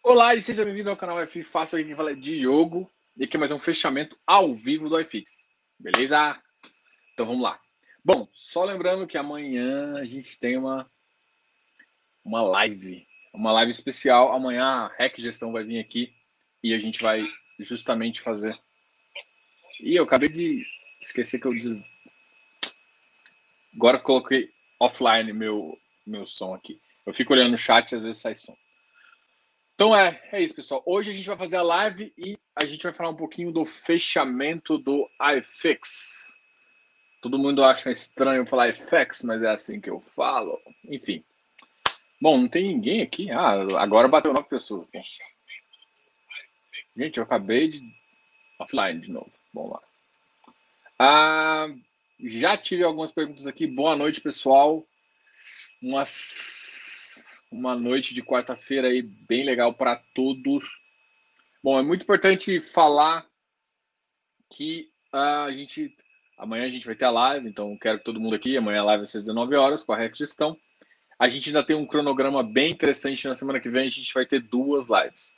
Olá e seja bem-vindo ao canal F Fácil, aqui quem fala é Diogo, e aqui é mais um fechamento ao vivo do iFix, beleza? Então vamos lá. Bom, só lembrando que amanhã a gente tem uma live especial. Amanhã a Hack Gestão vai vir aqui e a gente vai justamente fazer... Ih, eu acabei de esquecer que agora coloquei offline meu som aqui. Eu fico olhando no chat e às vezes sai som. Então é isso, pessoal. Hoje a gente vai fazer a live e a gente vai falar um pouquinho do fechamento do iFix. Todo mundo acha estranho falar iFix, mas é assim que eu falo. Enfim. Bom, não tem ninguém aqui. Ah, agora bateu 9 pessoas. Bom. Gente, eu acabei de... offline de novo. Vamos lá. Já tive algumas perguntas aqui. Boa noite, pessoal. Uma noite de quarta-feira aí bem legal para todos. Bom, é muito importante falar que amanhã a gente vai ter a live, então quero que todo mundo aqui, amanhã a live vai ser às 19 horas com a Hack Gestão. A gente ainda tem um cronograma bem interessante. Na semana que vem a gente vai ter 2 lives.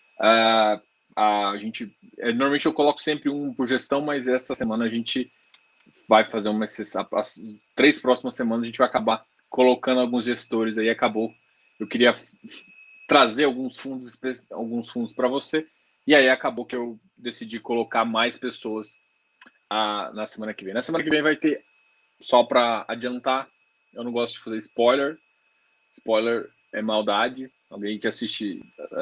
Normalmente eu coloco sempre um por gestão, mas essa semana a gente vai fazer uma exceção. As 3 próximas semanas a gente vai acabar colocando alguns gestores aí. Eu queria trazer alguns fundos para você, e aí acabou que eu decidi colocar mais pessoas na semana que vem. Na semana que vem vai ter, só para adiantar, eu não gosto de fazer spoiler. Spoiler é maldade. Alguém que assiste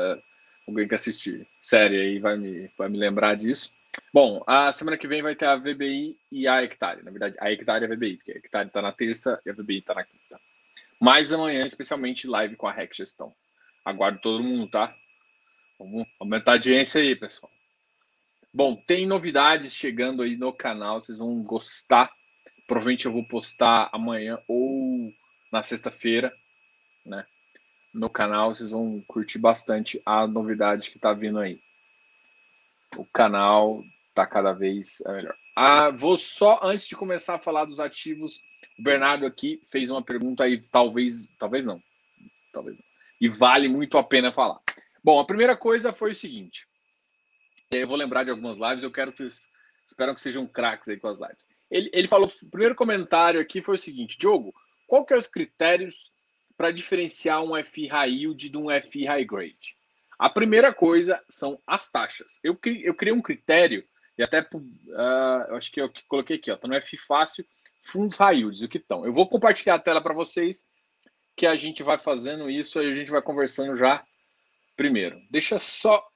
série aí vai me lembrar disso. Bom, a semana que vem vai ter a VBI e a Hectare. Na verdade, a Hectare e a VBI, porque a Hectare está na terça e a VBI está na quinta. Mas amanhã, especialmente, live com a Hack Gestão. Aguardo todo mundo, tá? Vamos aumentar a audiência aí, pessoal. Bom, tem novidades chegando aí no canal, vocês vão gostar. Provavelmente eu vou postar amanhã ou na sexta-feira, né? No canal, vocês vão curtir bastante a novidade que tá vindo aí. O canal tá cada vez melhor. Vou só, antes de começar a falar dos ativos, o Bernardo aqui fez uma pergunta aí, talvez não. E vale muito a pena falar. Bom, a primeira coisa foi o seguinte. Eu vou lembrar de algumas lives, espero que sejam craques aí com as lives. Ele falou, o primeiro comentário aqui foi o seguinte: Diogo, qual que é os critérios para diferenciar um FI High Yield de um FI High Grade? A primeira coisa são as taxas. Eu criei um critério, e até eu acho que eu coloquei aqui, tá no FI Fácil, fundos High Yields, o que estão. Eu vou compartilhar a tela para vocês, que a gente vai fazendo isso e a gente vai conversando já primeiro. Deixa só...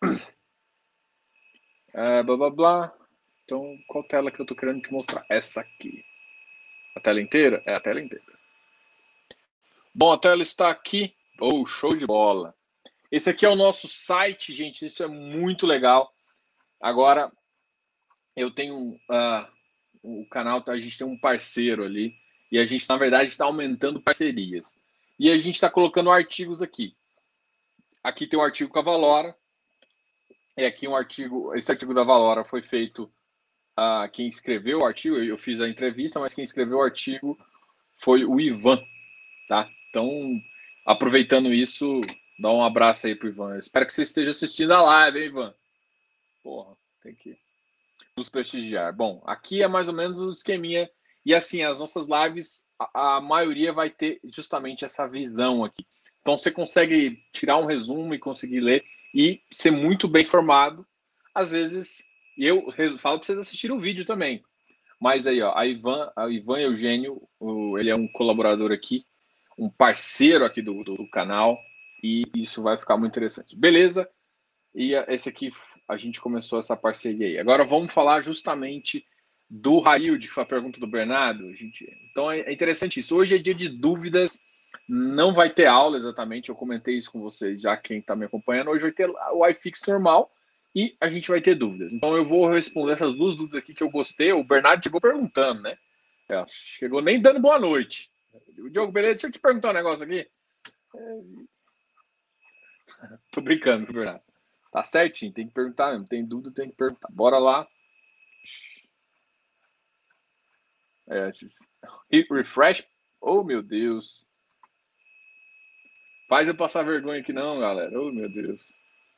blá, blá, blá. Então, qual tela que eu tô querendo te mostrar? Essa aqui. A tela inteira? É a tela inteira. Bom, a tela está aqui. Oh, show de bola. Esse aqui é o nosso site, gente. Isso é muito legal. Agora, eu tenho o canal, a gente tem um parceiro ali. E a gente, na verdade, está aumentando parcerias. E a gente está colocando artigos aqui. Aqui tem um artigo com a Valora. E aqui esse artigo da Valora foi feito... quem escreveu o artigo, eu fiz a entrevista, mas quem escreveu o artigo foi o Ivan, tá? Então, aproveitando isso, dá um abraço aí pro Ivan. Eu espero que você esteja assistindo a live, hein, Ivan? Porra, tem que nos prestigiar. Bom, aqui é mais ou menos o esqueminha. E assim, as nossas lives, a maioria vai ter justamente essa visão aqui. Então, você consegue tirar um resumo e conseguir ler e ser muito bem informado. Às vezes, eu falo para vocês assistirem o vídeo também. Mas aí, ó, a Ivan Eugênio, ele é um colaborador aqui, um parceiro aqui do canal, e isso vai ficar muito interessante. Beleza? E esse aqui, a gente começou essa parceria aí. Agora vamos falar justamente do high yield, que foi a pergunta do Bernardo. Então é interessante isso. Hoje é dia de dúvidas, não vai ter aula exatamente, eu comentei isso com vocês já, quem está me acompanhando. Hoje vai ter o iFix normal e a gente vai ter dúvidas. Então eu vou responder essas 2 dúvidas aqui que eu gostei. O Bernardo chegou perguntando, né? Chegou nem dando boa noite. Diogo, beleza? Deixa eu te perguntar um negócio aqui. Tô brincando, Bernardo. Tá certinho, tem que perguntar mesmo. Tem dúvida, tem que perguntar. Bora lá. Refresh. Oh, meu Deus. Faz eu passar vergonha aqui não, galera. Oh, meu Deus.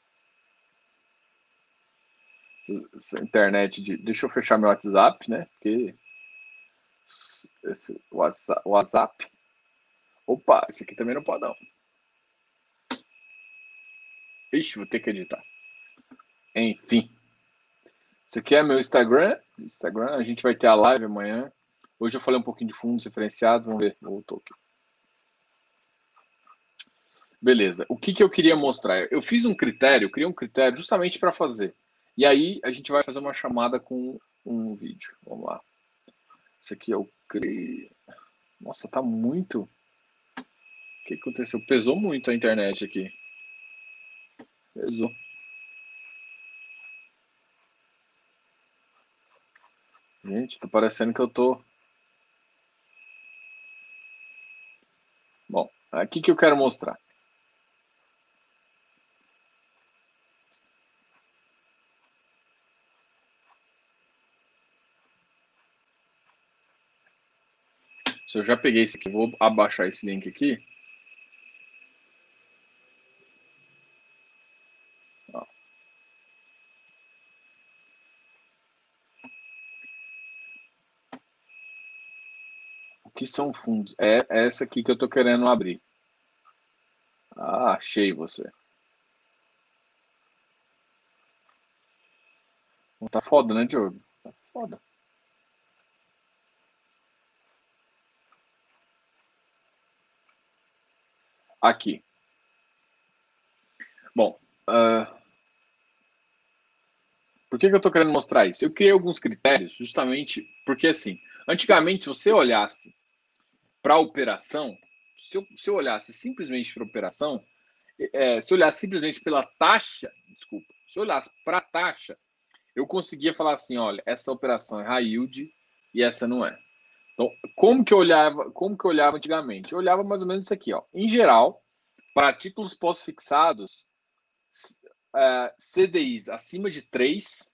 essa internet de... Deixa eu fechar meu WhatsApp, né? Porque esse WhatsApp... Opa, esse aqui também não pode não. Ixi, vou ter que editar. Enfim. Esse aqui é meu Instagram. A gente vai ter a live amanhã. Hoje eu falei um pouquinho de fundos referenciados. Vamos ver. Voltou aqui. Beleza. O que eu queria mostrar? Eu fiz um critério, criei um critério justamente para fazer. E aí a gente vai fazer uma chamada com um vídeo. Vamos lá. Isso aqui eu criei. Nossa, tá muito. O que aconteceu? Pesou muito a internet aqui. Pesou. Gente, tá parecendo que eu tô. Bom, aqui que eu quero mostrar. Se eu já peguei esse aqui, vou abaixar esse link aqui. Ó. O que são fundos? É essa aqui que eu tô querendo abrir. Ah, achei você. Tá foda, né, Diogo? Tá foda. Aqui. Bom, por que eu estou querendo mostrar isso? Eu criei alguns critérios justamente porque, assim, antigamente, se você olhasse para a operação, se eu olhasse simplesmente para a operação, se eu olhasse simplesmente pela taxa, desculpa, se eu olhasse para a taxa, eu conseguia falar assim, olha, essa operação é high yield e essa não é. Então, como que eu olhava antigamente? Eu olhava mais ou menos isso aqui, ó. Em geral, para títulos pós-fixados, CDIs acima de 3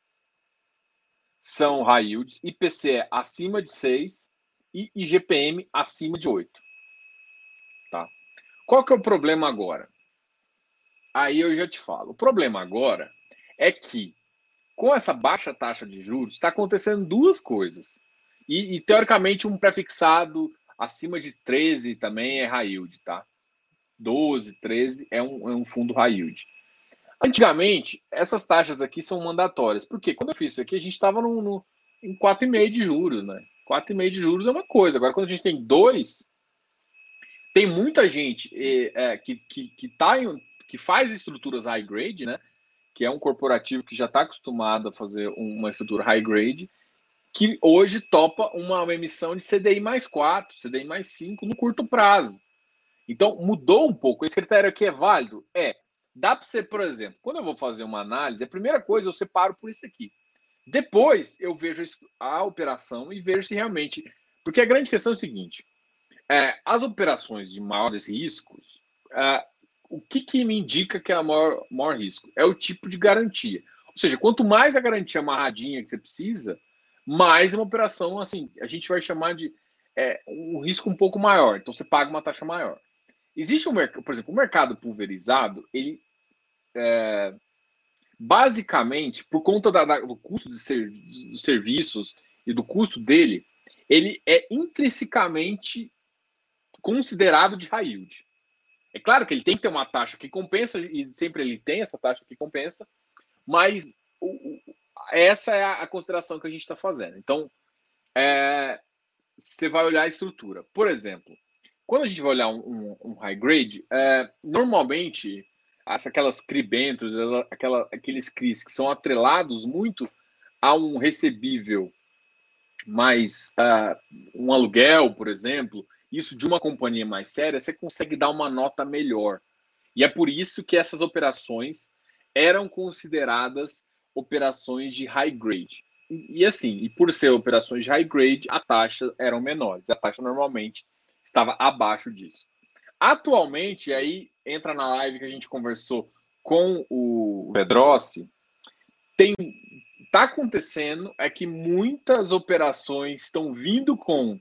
são high yields, IPCE acima de 6 e IGPM acima de 8. Tá? Qual que é o problema agora? Aí eu já te falo. O problema agora é que, com essa baixa taxa de juros, está acontecendo duas coisas. E teoricamente, um prefixado acima de 13 também é high yield, tá? 12, 13 é um fundo high yield. Antigamente, essas taxas aqui são mandatórias. Por quê? Quando eu fiz isso aqui, a gente estava em 4,5 de juros, né? 4,5 de juros é uma coisa. Agora, quando a gente tem 2, tem muita gente que faz estruturas high grade, né? Que é um corporativo que já está acostumado a fazer uma estrutura high grade, que hoje topa uma emissão de CDI mais 4, CDI mais 5 no curto prazo. Então, mudou um pouco. Esse critério aqui é válido? É. Dá para você, por exemplo, quando eu vou fazer uma análise, a primeira coisa eu separo por isso aqui. Depois eu vejo a operação e vejo se realmente. Porque a grande questão é o seguinte: as operações de maiores riscos, o que me indica que é o maior risco? É o tipo de garantia. Ou seja, quanto mais a garantia amarradinha que você precisa, mais uma operação, assim, a gente vai chamar de um risco um pouco maior. Então você paga uma taxa maior. Existe por exemplo, o mercado pulverizado, ele basicamente, por conta do custo dos serviços e do custo dele, ele é intrinsecamente considerado de high yield. É claro que ele tem que ter uma taxa que compensa, e sempre ele tem essa taxa que compensa, mas essa é a consideração que a gente está fazendo. Então, você vai olhar a estrutura. Por exemplo, quando a gente vai olhar um high grade, normalmente aquelas CRI Bentos, aqueles CRIs que são atrelados muito a um recebível mais um aluguel, por exemplo, isso de uma companhia mais séria, você consegue dar uma nota melhor. E é por isso que essas operações eram consideradas operações de high grade. E assim, e por ser operações de high grade, a taxa eram menores. A taxa normalmente estava abaixo disso. Atualmente, aí entra na live que a gente conversou com o Vedrossi, está acontecendo é que muitas operações estão vindo com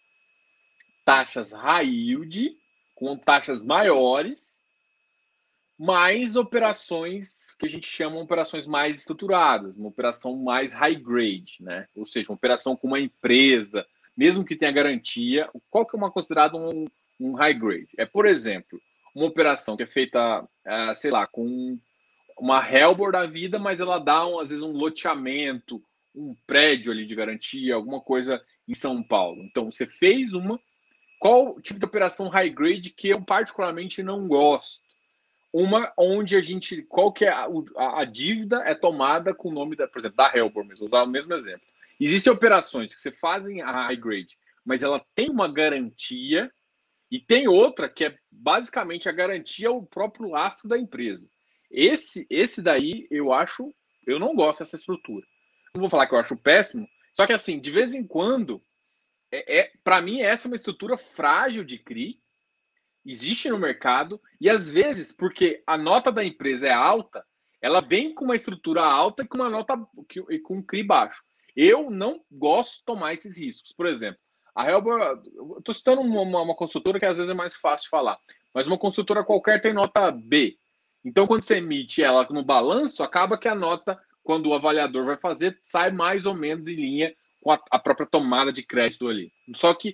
taxas high yield, com taxas maiores, mais operações que a gente chama operações mais estruturadas, uma operação mais high grade, né? Ou seja, uma operação com uma empresa, mesmo que tenha garantia. Qual que é uma considerado um high grade? É, por exemplo, uma operação que é feita, sei lá, com uma Helbor da vida, mas ela dá, às vezes, um loteamento, um prédio ali de garantia, alguma coisa em São Paulo. Então, você fez uma. Qual tipo de operação high grade que eu particularmente não gosto? Uma onde a gente, qual que é a dívida é tomada com o nome, por exemplo, da Helbor, mesmo, vou usar o mesmo exemplo. Existem operações que você fazem a high grade, mas ela tem uma garantia, e tem outra que é basicamente a garantia ao próprio lastro da empresa. Esse daí eu não gosto dessa estrutura. Não vou falar que eu acho péssimo, só que assim, de vez em quando, para mim essa é uma estrutura frágil de CRI, existe no mercado, e às vezes, porque a nota da empresa é alta, ela vem com uma estrutura alta e com uma nota com um CRI baixo. Eu não gosto de tomar esses riscos. Por exemplo, a Helbor, estou citando uma construtora que às vezes é mais fácil de falar, mas uma construtora qualquer tem nota B. Então, quando você emite ela no balanço, acaba que a nota, quando o avaliador vai fazer, sai mais ou menos em linha com a própria tomada de crédito ali. Só que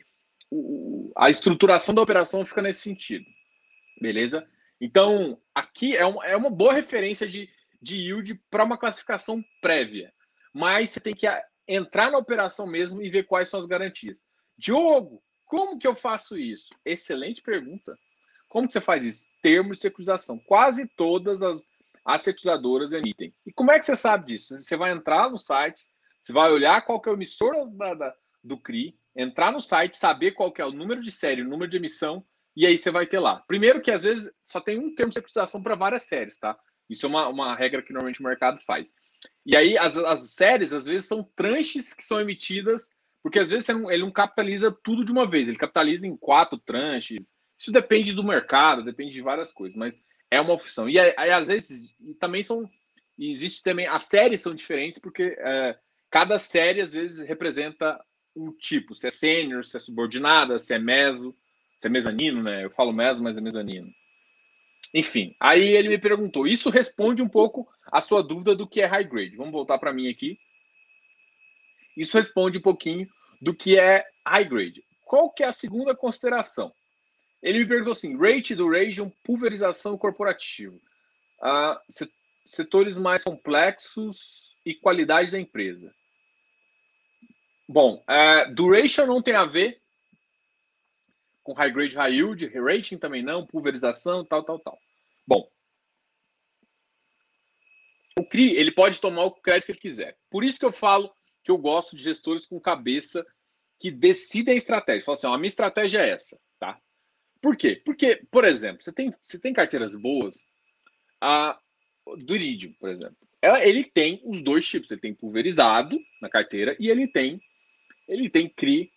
a estruturação da operação fica nesse sentido. Beleza? Então, aqui é uma boa referência de yield para uma classificação prévia. Mas você tem que entrar na operação mesmo e ver quais são as garantias. Diogo, como que eu faço isso? Excelente pergunta. Como que você faz isso? Termo de securitização. Quase todas as securitizadoras emitem. E como é que você sabe disso? Você vai entrar no site, você vai olhar qual que é o emissor do CRI, entrar no site, saber qual que é o número de série, o número de emissão, e aí você vai ter lá. Primeiro que às vezes só tem um termo de securitização para várias séries, tá? Isso é uma regra que normalmente o mercado faz. E aí as séries, às vezes, são tranches que são emitidas, porque às vezes ele não capitaliza tudo de uma vez, ele capitaliza em 4 tranches. Isso depende do mercado, depende de várias coisas, mas é uma opção. E aí às vezes, também existe também, as séries são diferentes, porque cada série, às vezes, representa um tipo, se é sênior, se é subordinada, se é meso, se é mezanino, né? Eu falo meso, mas é mezanino. Enfim, aí ele me perguntou. Isso responde um pouco a sua dúvida do que é high grade. Vamos voltar para mim aqui. Isso responde um pouquinho do que é high grade. Qual que é a segunda consideração? Ele me perguntou assim, rate, duration, pulverização corporativa. Setores mais complexos e qualidade da empresa. Bom, duration não tem a ver com high grade, high yield, rating também não, pulverização, tal. Bom, o CRI, ele pode tomar o crédito que ele quiser. Por isso que eu falo que eu gosto de gestores com cabeça que decidem a estratégia. Fala assim, a minha estratégia é essa, tá? Por quê? Porque, por exemplo, você tem carteiras boas, do Iridium, por exemplo. Ele tem os dois tipos. Ele tem pulverizado na carteira e ele tem CRI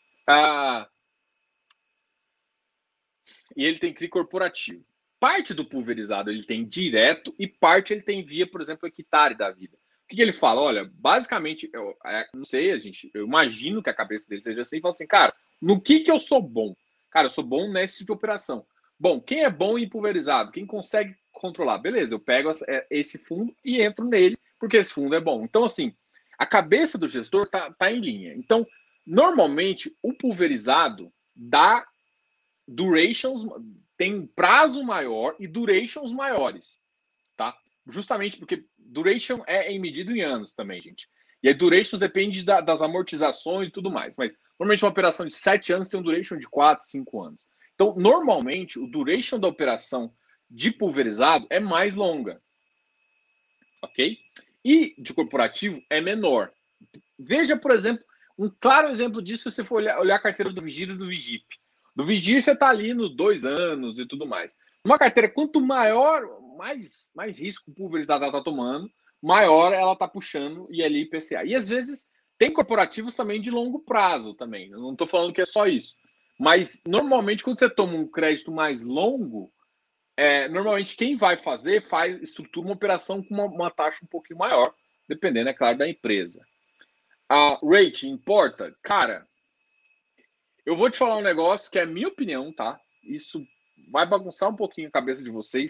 e ele tem CRI corporativo. Parte do pulverizado ele tem direto e parte ele tem via, por exemplo, hectare da vida. O que ele fala? Olha, basicamente, eu não sei, eu imagino que a cabeça dele seja assim, e fala assim, cara, no que eu sou bom? Cara, eu sou bom nesse tipo de operação. Bom, quem é bom em pulverizado? Quem consegue controlar? Beleza, eu pego esse fundo e entro nele, porque esse fundo é bom. Então, assim, a cabeça do gestor tá em linha. Então, normalmente, o pulverizado dá durations, tem prazo maior e durations maiores, tá? Justamente porque duration é medido em anos também, gente. E aí durations depende das amortizações e tudo mais. Mas normalmente uma operação de 7 anos tem um duration de 4, 5 anos. Então, normalmente, o duration da operação de pulverizado é mais longa. Ok? E de corporativo é menor. Veja, por exemplo, um claro exemplo disso se você for olhar a carteira do Vigir e do Vigip. Do Vigir você está ali nos 2 anos e tudo mais. Uma carteira, quanto maior, mais risco pulverizado ela está tomando, maior ela está puxando e ali IPCA. E às vezes tem corporativos também de longo prazo também. Eu não estou falando que é só isso. Mas normalmente quando você toma um crédito mais longo, normalmente quem vai fazer estrutura uma operação com uma taxa um pouquinho maior, dependendo, é claro, da empresa. A rate importa? Cara, eu vou te falar um negócio que é minha opinião, tá? Isso vai bagunçar um pouquinho a cabeça de vocês,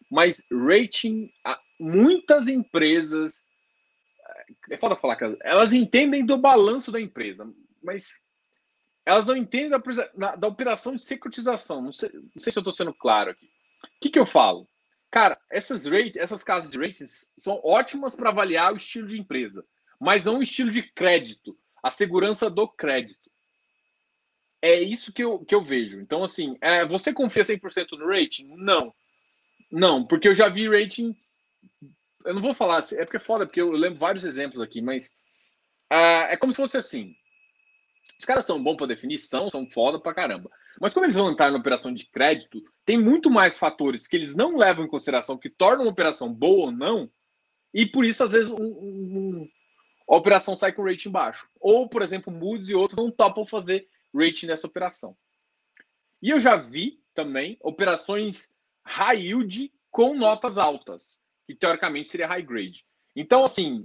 mas rating, muitas empresas, é foda falar que elas entendem do balanço da empresa, mas elas não entendem da operação de securitização. Não sei se eu estou sendo claro aqui. O que eu falo? Cara, essas casas de ratings são ótimas para avaliar o estilo de empresa, mas não o estilo de crédito, a segurança do crédito. É isso que eu vejo. Então, assim, você confia 100% no rating? Não. Não, porque eu já vi rating... Eu não vou falar, é porque é foda, porque eu lembro vários exemplos aqui, mas é como se fosse assim. Os caras são bons para definição, são foda pra caramba. Mas quando eles vão entrar na operação de crédito, tem muito mais fatores que eles não levam em consideração, que tornam uma operação boa ou não, e por isso, às vezes, a operação sai com rating baixo. Ou, por exemplo, Moody's e outros não topam fazer rating nessa operação. E eu já vi também operações high yield com notas altas, que teoricamente seria high grade. Então, assim,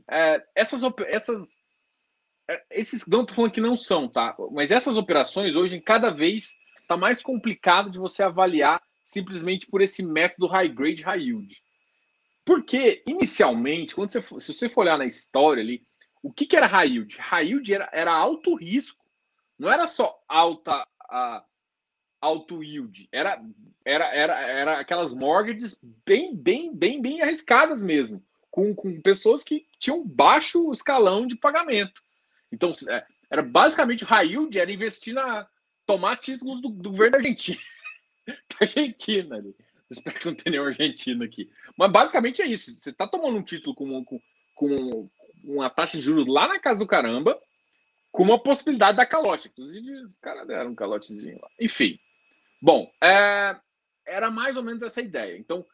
esses não estou falando que não são, tá? Mas essas operações hoje, cada vez está mais complicado de você avaliar simplesmente por esse método high grade, high yield. Porque, inicialmente, se você for olhar na história ali, o que era high yield? High yield era alto risco. Não era só alto yield. Era aquelas mortgages bem arriscadas mesmo, com pessoas que tinham baixo escalão de pagamento. Então, era basicamente o high yield, era investir tomar título do governo argentino. Argentina ali. Espero que não tenha nenhum argentino aqui. Mas basicamente é isso. Você está tomando um título com uma taxa de juros lá na casa do caramba, com uma possibilidade da calote. Inclusive, os caras deram um calotezinho lá. Enfim. Bom, era mais ou menos essa ideia. Então,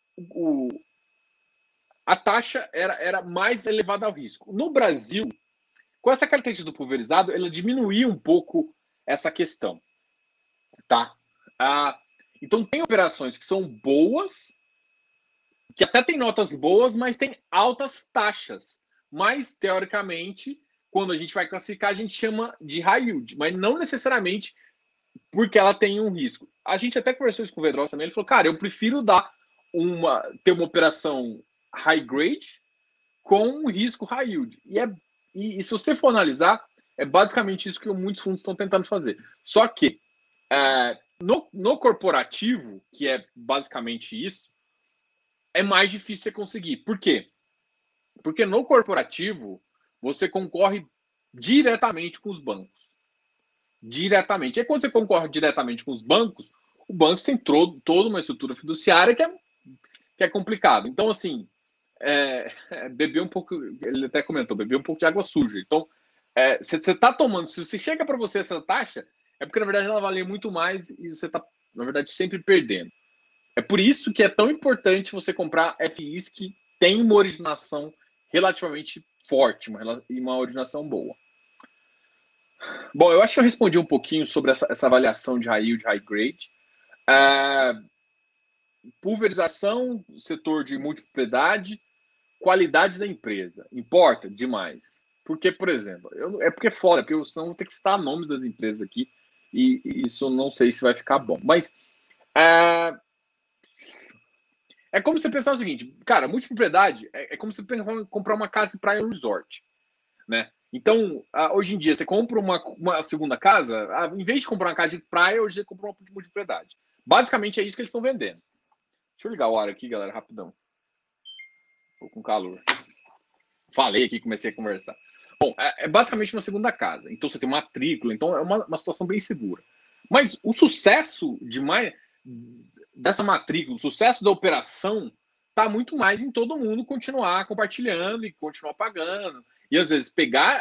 a taxa era mais elevada ao risco. No Brasil, com essa característica do pulverizado, ela diminuiu um pouco essa questão. Tá? Então, tem operações que são boas, que até tem notas boas, mas tem altas taxas. Mas, teoricamente, quando a gente vai classificar, a gente chama de high yield, mas não necessariamente porque ela tem um risco. A gente até conversou isso com o Vedros também, ele falou, cara, eu prefiro ter uma operação high grade com um risco high yield. E se você for analisar, é basicamente isso que muitos fundos estão tentando fazer. Só que no corporativo, que é basicamente isso, é mais difícil você conseguir. Por quê? Porque no corporativo, você concorre diretamente com os bancos. Diretamente. E quando você concorre diretamente com os bancos, o banco tem toda uma estrutura fiduciária que é complicado. Então, assim, beber um pouco, ele até comentou, beber um pouco de água suja. Então, você está tomando, se você chega para você essa taxa, é porque, na verdade, ela vale muito mais e você está, na verdade, sempre perdendo. É por isso que é tão importante você comprar FIs que tem uma originação relativamente forte, uma originação boa. Bom, eu acho que eu respondi um pouquinho sobre essa avaliação de high yield, high grade. Pulverização, setor de multipropriedade, qualidade da empresa. Importa demais. Porque, por exemplo, porque é foda, porque senão eu vou ter que citar nomes das empresas aqui e isso eu não sei se vai ficar bom. Mas é como você pensar o seguinte, cara, multipropriedade é como você comprar uma casa em praia ou resort, né? Então, hoje em dia, você compra uma segunda casa, em vez de comprar uma casa de praia, hoje você compra uma multipropriedade. Basicamente é isso que eles estão vendendo. Deixa eu ligar o ar aqui, galera, rapidão. Tô com calor. Falei aqui, comecei a conversar. Bom, é basicamente uma segunda casa. Então, você tem matrícula, então é uma situação bem segura. Mas o sucesso dessa matrícula, o sucesso da operação, está muito mais em todo mundo continuar compartilhando e continuar pagando. E às vezes pegar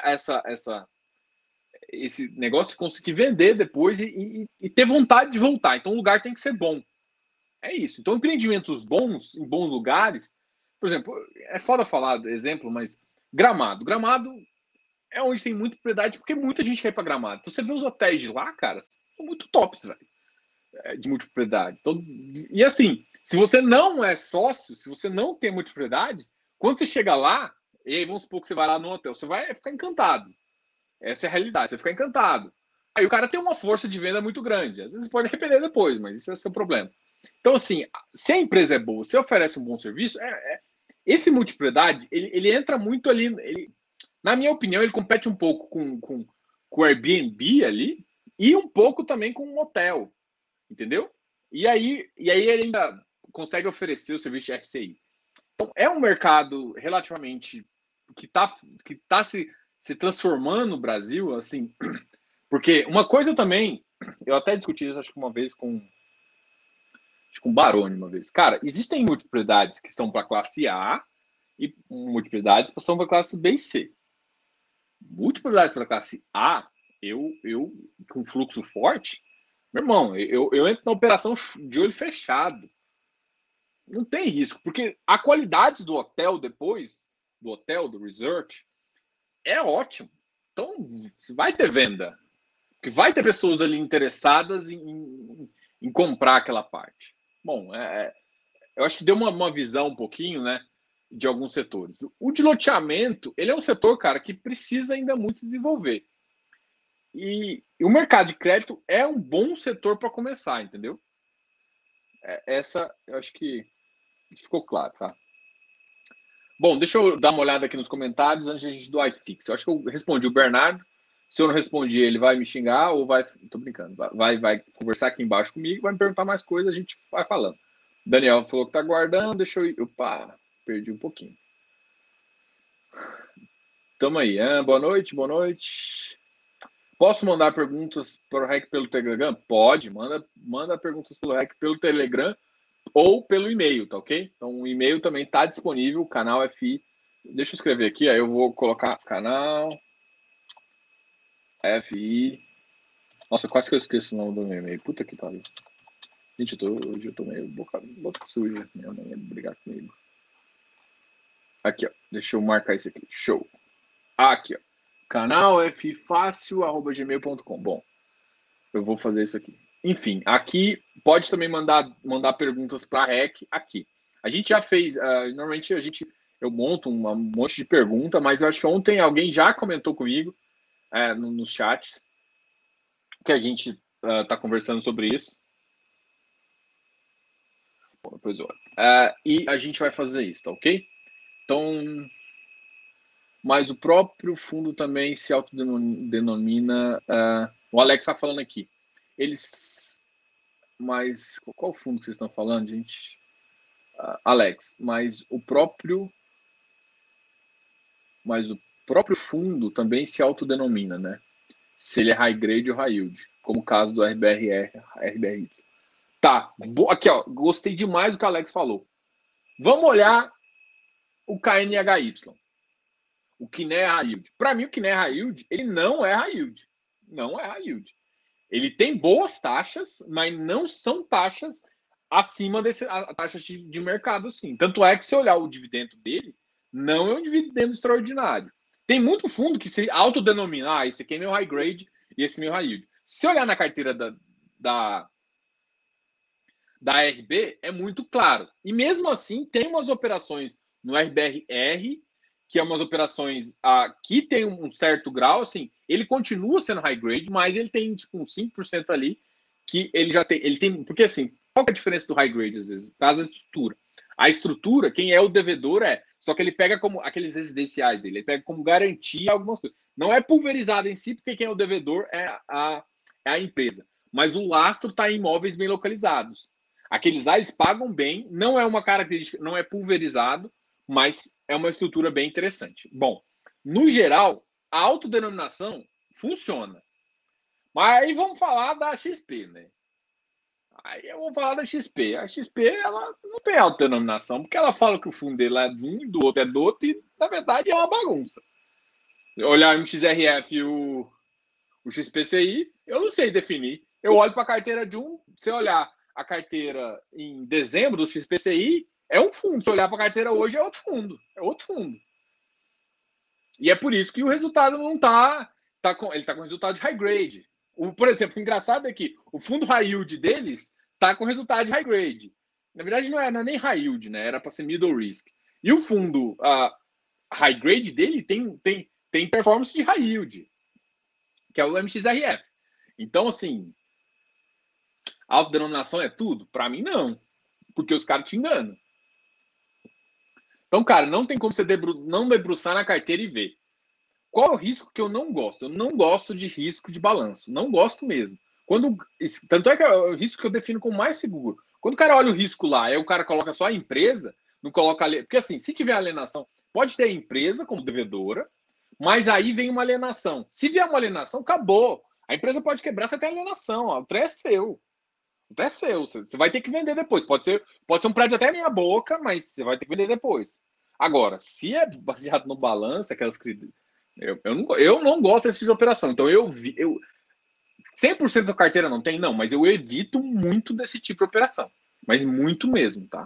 esse negócio e conseguir vender depois e ter vontade de voltar. Então o lugar tem que ser bom. É isso. Então empreendimentos bons, em bons lugares, por exemplo, é foda falar exemplo, mas Gramado. Gramado é onde tem muita propriedade porque muita gente quer ir para Gramado. Então você vê os hotéis de lá, cara, são muito tops, velho, de multipropriedade. Então, e assim, se você não é sócio, se você não tem multipropriedade, quando você chega lá, e aí vamos supor que você vai lá no hotel, você vai ficar encantado. Essa é a realidade, você vai ficar encantado. Aí o cara tem uma força de venda muito grande. Às vezes pode arrepender depois, mas isso é seu problema. Então, assim, se a empresa é boa, se oferece um bom serviço, esse multipropriedade, ele entra muito ali, na minha opinião, ele compete um pouco com o Airbnb ali e um pouco também com um hotel, entendeu? E aí ele ainda consegue oferecer o serviço de RCI. Então, é um mercado relativamente que tá se transformando no Brasil, assim, porque uma coisa também, eu até discuti isso, acho que uma vez com o Baroni, uma vez. Cara, existem multipropriedades que são para classe A e multipropriedades que são para classe B e C. Multipropriedades para classe A, eu com fluxo forte, meu irmão, eu entro na operação de olho fechado. Não tem risco, porque a qualidade do hotel depois, do resort, é ótimo. Então, vai ter venda. Porque vai ter pessoas ali interessadas em comprar aquela parte. Bom, eu acho que deu uma visão um pouquinho, né, de alguns setores. O de loteamento, ele é um setor, cara, que precisa ainda muito se desenvolver. E o mercado de crédito é um bom setor para começar, entendeu? Essa, eu acho que ficou claro, tá? Bom, deixa eu dar uma olhada aqui nos comentários antes de a gente do iFix. Eu acho que eu respondi o Bernardo. Se eu não respondi, ele vai me xingar ou vai... Tô brincando. Vai conversar aqui embaixo comigo, vai me perguntar mais coisas, a gente vai falando. Daniel falou que tá aguardando, deixa eu ir. Opa, perdi um pouquinho. Tamo aí. Boa noite, boa noite. Posso mandar perguntas para o REC pelo Telegram? Pode, manda perguntas pelo REC pelo Telegram ou pelo e-mail, tá ok? Então o e-mail também tá disponível, canal FI. Deixa eu escrever aqui, aí eu vou colocar canal FI. Nossa, quase que eu esqueço o nome do meu e-mail. Puta que pariu. Gente, hoje eu tô meio boca suja. Minha mãe ia brigar comigo. Aqui, ó. Deixa eu marcar isso aqui. Show. Aqui, ó. canalffácil@gmail.com. Bom, eu vou fazer isso aqui. Enfim, aqui pode também mandar perguntas para a REC aqui. A gente já fez, normalmente eu monto um monte de pergunta, mas eu acho que ontem alguém já comentou comigo nos chats que a gente está conversando sobre isso. Bom, depois eu olho. E a gente vai fazer isso, tá ok? Então, mas o próprio fundo também se autodenomina. O Alex está falando aqui. Mas qual fundo que vocês estão falando, gente? Alex, mas o próprio fundo também se autodenomina, né? Se ele é high grade ou high yield, como o caso do RBRY. Tá, aqui ó, gostei demais do que o Alex falou. Vamos olhar o KNHY. O que não é high yield. Para mim, o que não é high yield, ele não é high yield. Não é high yield. Ele tem boas taxas, mas não são taxas acima desse taxas de mercado, sim. Tanto é que se olhar o dividendo dele, não é um dividendo extraordinário. Tem muito fundo que se autodenomina, esse aqui é meu high grade e esse é meu high yield. Se olhar na carteira da RB, é muito claro. E mesmo assim, tem umas operações no RBRR, que é umas operações que tem um certo grau, assim, ele continua sendo high grade, mas ele tem tipo uns 5% ali que ele já tem. Ele tem. Porque assim, qual que é a diferença do high grade, às vezes? Por causa da estrutura. A estrutura, quem é o devedor só que ele pega como aqueles residenciais dele, ele pega como garantia algumas coisas. Não é pulverizado em si, porque quem é o devedor é a empresa. Mas o lastro está em imóveis bem localizados. Aqueles lá, eles pagam bem, não é uma característica, não é pulverizado, mas é uma estrutura bem interessante. Bom, no geral, a autodenominação funciona. Mas aí vamos falar da XP, né? Aí eu vou falar da XP. A XP, ela não tem autodenominação, porque ela fala que o fundo dele é de um, do outro é do outro, e na verdade é uma bagunça. Olhar o MXRF e o XPCI, eu não sei definir. Eu olho para a carteira de um, se olhar a carteira em dezembro do XPCI, é um fundo. Se olhar para a carteira hoje, é outro fundo. É outro fundo. E é por isso que o resultado não está. Ele está com resultado de high grade. Por exemplo, o engraçado é que o fundo high yield deles está com resultado de high grade. Na verdade, não é nem high yield, né? Era para ser middle risk. E o fundo high grade dele tem performance de high yield, que é o MXRF. Então, assim, Autodenominação é tudo? Para mim, não. Porque os caras te enganam. Então, cara, não tem como você não debruçar na carteira e ver. Qual é o risco que eu não gosto? Eu não gosto de risco de balanço. Não gosto mesmo. Tanto é que é o risco que eu defino como mais seguro. Quando o cara olha o risco lá, aí o cara coloca só a empresa, não coloca... Porque assim, se tiver alienação, pode ter a empresa como devedora, mas aí vem uma alienação. Se vier uma alienação, acabou. A empresa pode quebrar, você tem alienação. Ó, o trem é seu. O trem é seu. Você vai ter que vender depois. Pode ser um prédio até meia boca, mas você vai ter que vender depois. Agora, se é baseado no balanço, aquelas... Eu não gosto desse tipo de operação. Então, 100% da carteira não tem? Não, mas eu evito muito desse tipo de operação. Mas muito mesmo, tá?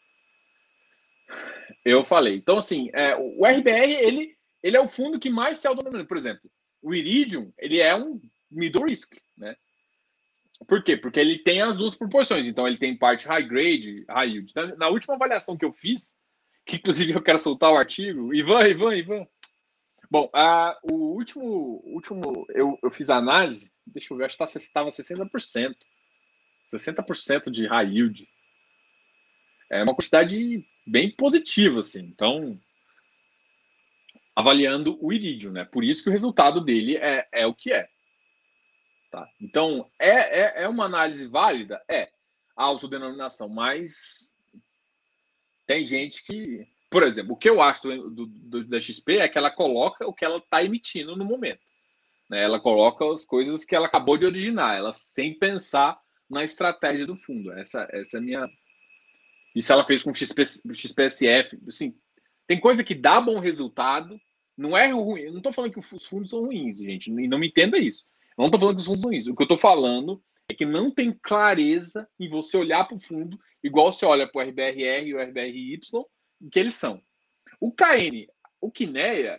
Eu falei. Então, assim, o RBR, ele é o fundo que mais se autodenomina. Por exemplo, o Iridium, ele é um middle risk, né? Por quê? Porque ele tem as duas proporções. Então, ele tem parte high grade, high yield. Na última avaliação que eu fiz, que inclusive eu quero soltar o artigo, Ivan. Bom, o último eu fiz a análise, deixa eu ver, acho que estava 60%. 60% de high yield. É uma quantidade bem positiva, assim. Então, avaliando o Iridium, né? Por isso que o resultado dele é o que é. Tá? Então, é uma análise válida? É. A autodenominação, mas tem gente que... Por exemplo, o que eu acho da XP é que ela coloca o que ela está emitindo no momento. Né? Ela coloca as coisas que ela acabou de originar, ela sem pensar na estratégia do fundo. Essa é a minha... Isso ela fez com o XPSF. Assim, tem coisa que dá bom resultado, não é ruim. Eu não estou falando que os fundos são ruins, gente, e não me entenda isso. Eu não estou falando que os fundos são ruins. O que eu estou falando é que não tem clareza em você olhar para o fundo, igual você olha para o RBRR e o RBRY, que eles são. O KN, o Kinea,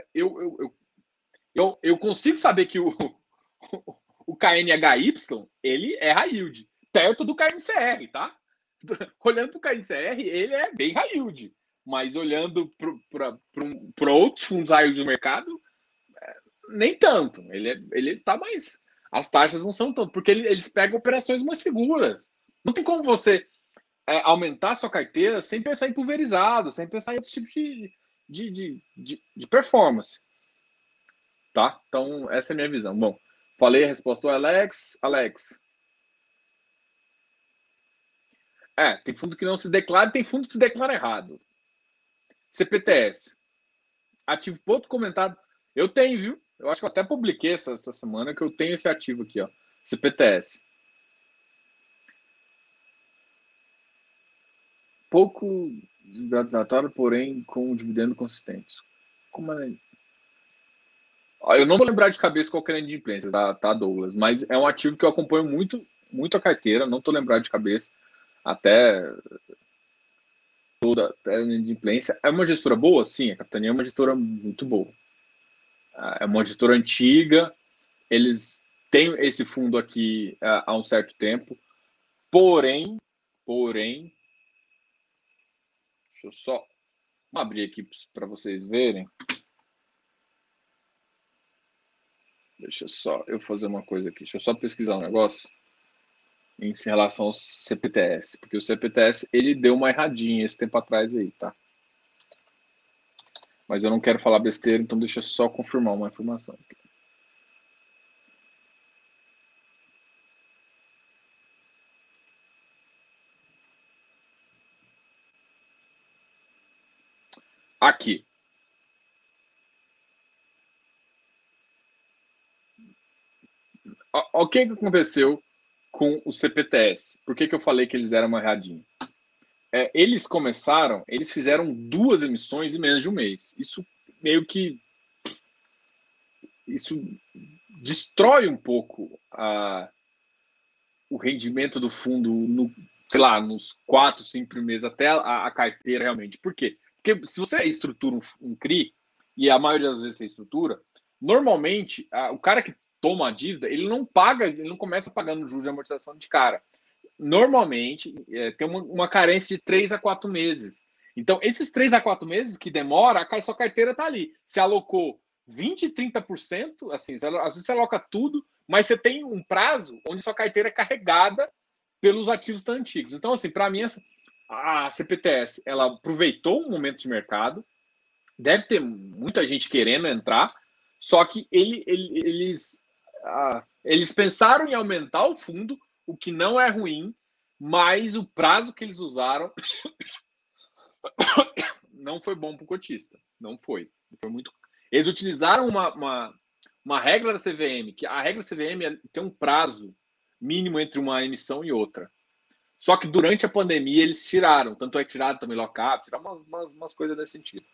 eu consigo saber que o KNHY, ele é high yield, perto do KNCR, tá? Olhando para o KNCR, ele é bem high yield, mas olhando para outros fundos high yield do mercado, nem tanto. Ele tá mais... As taxas não são tanto, porque eles pegam operações mais seguras. Não tem como você aumentar a sua carteira sem pensar em pulverizado, sem pensar em outros tipos de performance. Tá? Então, essa é a minha visão. Bom, falei a resposta do Alex. Tem fundo que não se declara e tem fundo que se declara errado. CPTS. Ativo ponto comentado. Eu tenho, viu? Eu acho que eu até publiquei essa semana que eu tenho esse ativo aqui, ó. CPTS. Pouco datatório, porém com dividendo consistente. Como é? Eu não vou lembrar de cabeça qual que é a inadimplência, tá, Douglas? Mas é um ativo que eu acompanho muito a carteira, não tô lembrado de cabeça. Até toda a inadimplência. É uma gestora boa? Sim, a Capitania é uma gestora muito boa. É uma gestora antiga, eles têm esse fundo aqui há um certo tempo, porém, deixa eu só abrir aqui para vocês verem. Deixa só eu fazer uma coisa aqui. Deixa eu só pesquisar um negócio em relação ao CPTS, porque o CPTS ele deu uma erradinha esse tempo atrás aí, tá? Mas eu não quero falar besteira, então deixa eu só confirmar uma informação aqui. Aqui. O que aconteceu com o CPTS? Por que eu falei que eles eram uma erradinha? Eles fizeram 2 emissões em menos de um mês. Isso meio que... Isso destrói um pouco o rendimento do fundo nos 4, 5 primeiros até a carteira realmente. Por quê? Porque se você estrutura um CRI, e a maioria das vezes você estrutura, normalmente o cara que toma a dívida, ele não começa pagando juros de amortização de cara. Normalmente tem uma carência de 3 a 4 meses. Então, esses 3 a 4 meses que demora, a sua carteira está ali. Você alocou 20%, 30%, assim, às vezes você aloca tudo, mas você tem um prazo onde sua carteira é carregada pelos ativos tão antigos. Então, assim, para mim, a CPTS, ela aproveitou um momento de mercado, deve ter muita gente querendo entrar, só que eles pensaram em aumentar o fundo, o que não é ruim, mas o prazo que eles usaram não foi bom para o cotista. Não foi. Foi muito. Eles utilizaram uma regra da CVM, que a regra da CVM tem um prazo mínimo entre uma emissão e outra. Só que durante a pandemia eles tiraram, tanto é que tiraram também lock-up, tiraram umas coisas nesse sentido.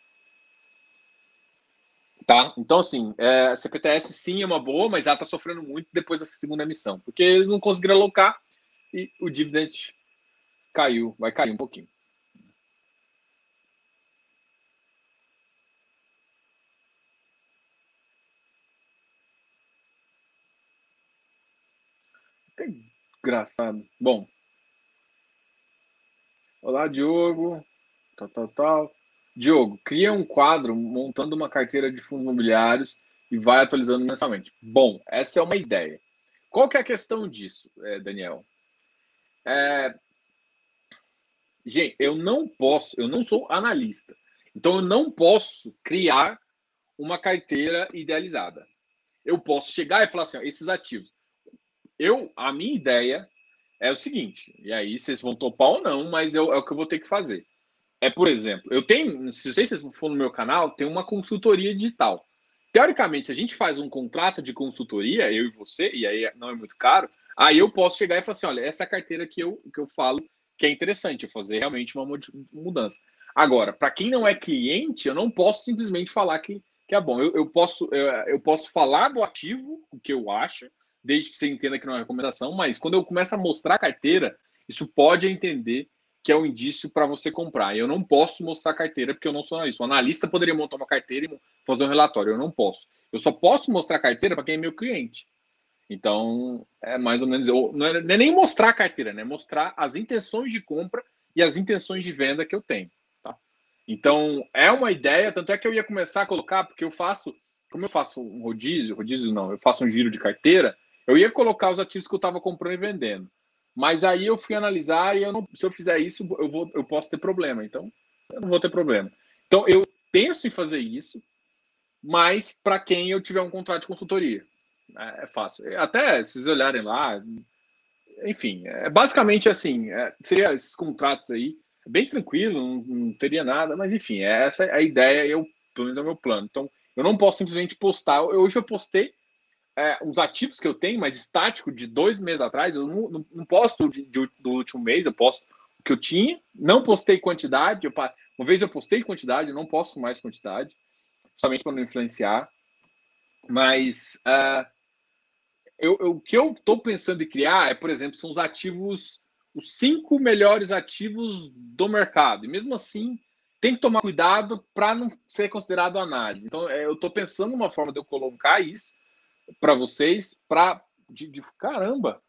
Tá? Então, assim, a CPTS sim é uma boa, mas ela está sofrendo muito depois dessa segunda emissão, porque eles não conseguiram alocar e o dividend caiu, vai cair um pouquinho. Que engraçado. Bom, olá, Diogo. Tal. Diogo, cria um quadro montando uma carteira de fundos imobiliários e vai atualizando mensalmente. Bom, essa é uma ideia. Qual que é a questão disso, Daniel? Gente, eu não sou analista. Então eu não posso criar uma carteira idealizada. Eu posso chegar e falar assim, ó, esses ativos. A minha ideia é o seguinte, e aí vocês vão topar ou não, mas é o que eu vou ter que fazer. Por exemplo, eu tenho, se vocês for no meu canal, tem uma consultoria digital. Teoricamente, se a gente faz um contrato de consultoria, eu e você, e aí não é muito caro, aí eu posso chegar e falar assim, olha, essa é a carteira que eu falo que é interessante, eu fazer realmente uma mudança. Agora, para quem não é cliente, eu não posso simplesmente falar que é bom. Eu posso falar do ativo, o que eu acho, desde que você entenda que não é recomendação, mas quando eu começo a mostrar a carteira, isso pode entender que é um indício para você comprar. Eu não posso mostrar carteira porque eu não sou analista. O analista poderia montar uma carteira e fazer um relatório. Eu não posso. Eu só posso mostrar carteira para quem é meu cliente. Então, é mais ou menos. Não é nem mostrar a carteira, né? Mostrar as intenções de compra e as intenções de venda que eu tenho. Tá? Então, é uma ideia. Tanto é que eu ia começar a colocar, porque como eu faço um rodízio não, eu faço um giro de carteira, eu ia colocar os ativos que eu estava comprando e vendendo. Mas aí eu fui analisar e se eu fizer isso, eu posso ter problema. Então, eu não vou ter problema. Então, eu penso em fazer isso, mas para quem eu tiver um contrato de consultoria. É fácil. Até se vocês olharem lá, enfim, basicamente assim, seria esses contratos aí, bem tranquilo, não teria nada, mas enfim, essa é a ideia, pelo menos é o meu plano. Então, eu não posso simplesmente postar. Hoje eu postei os ativos que eu tenho, mas estático de 2 meses atrás, eu não posto do último mês, eu posto o que eu tinha, não postei quantidade, uma vez eu postei quantidade, eu não posto mais quantidade, justamente para não influenciar, mas o que eu estou pensando em criar por exemplo, são os 5 melhores ativos do mercado, e mesmo assim tem que tomar cuidado para não ser considerado análise. Então, eu estou pensando numa forma de eu colocar isso para vocês, caramba.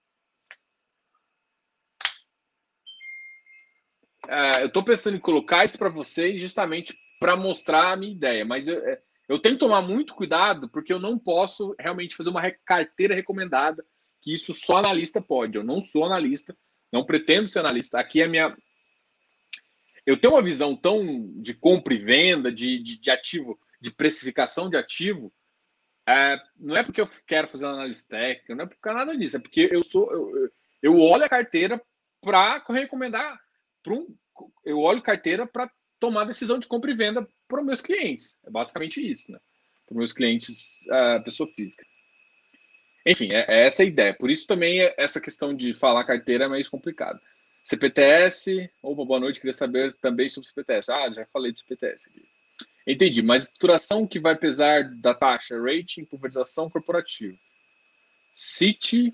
Eu estou pensando em colocar isso para vocês justamente para mostrar a minha ideia, mas eu tenho que tomar muito cuidado porque eu não posso realmente fazer uma carteira recomendada, que isso só analista pode. Eu não sou analista, não pretendo ser analista. Aqui é minha. Eu tenho uma visão tão de compra e venda, de ativo, de precificação de ativo. Não é porque eu quero fazer análise técnica, não é por nada disso, é porque eu olho a carteira para recomendar eu olho carteira para tomar decisão de compra e venda para os meus clientes. É basicamente isso, né? Para os meus clientes, pessoa física. Enfim, é essa a ideia. Por isso também essa questão de falar carteira é mais complicado. CPTS, opa, boa noite, queria saber também sobre CPTS. Já falei do CPTS aqui. Entendi, mas estruturação que vai pesar da taxa, rating, pulverização corporativa. City.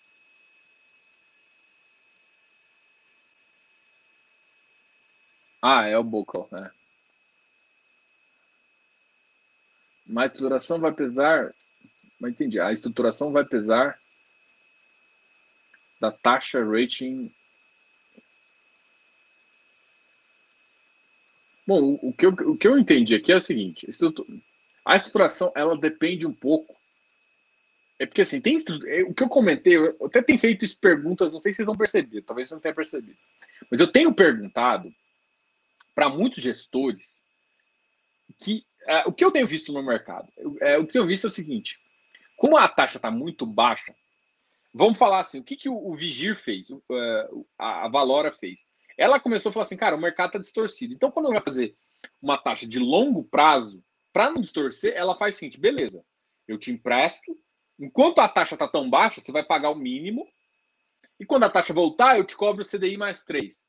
É o Bocal, né? Mas a estruturação vai pesar. Mas entendi. A estruturação vai pesar da taxa, rating. Bom, o que eu entendi aqui é o seguinte: a estruturação ela depende um pouco É porque assim, o que eu comentei, eu até tenho feito isso, perguntas, não sei se vocês vão perceber, talvez vocês não tenham percebido. Mas eu tenho perguntado para muitos gestores que o que eu tenho visto no mercado, o que eu tenho visto é o seguinte: como a taxa está muito baixa, vamos falar assim, o que o Vigir fez, a Valora fez? Ela começou a falar assim, cara, o mercado está distorcido. Então, quando ela vai fazer uma taxa de longo prazo, para não distorcer, ela faz o seguinte, beleza, eu te empresto, enquanto a taxa está tão baixa, você vai pagar o mínimo, e quando a taxa voltar, eu te cobro o CDI mais 3.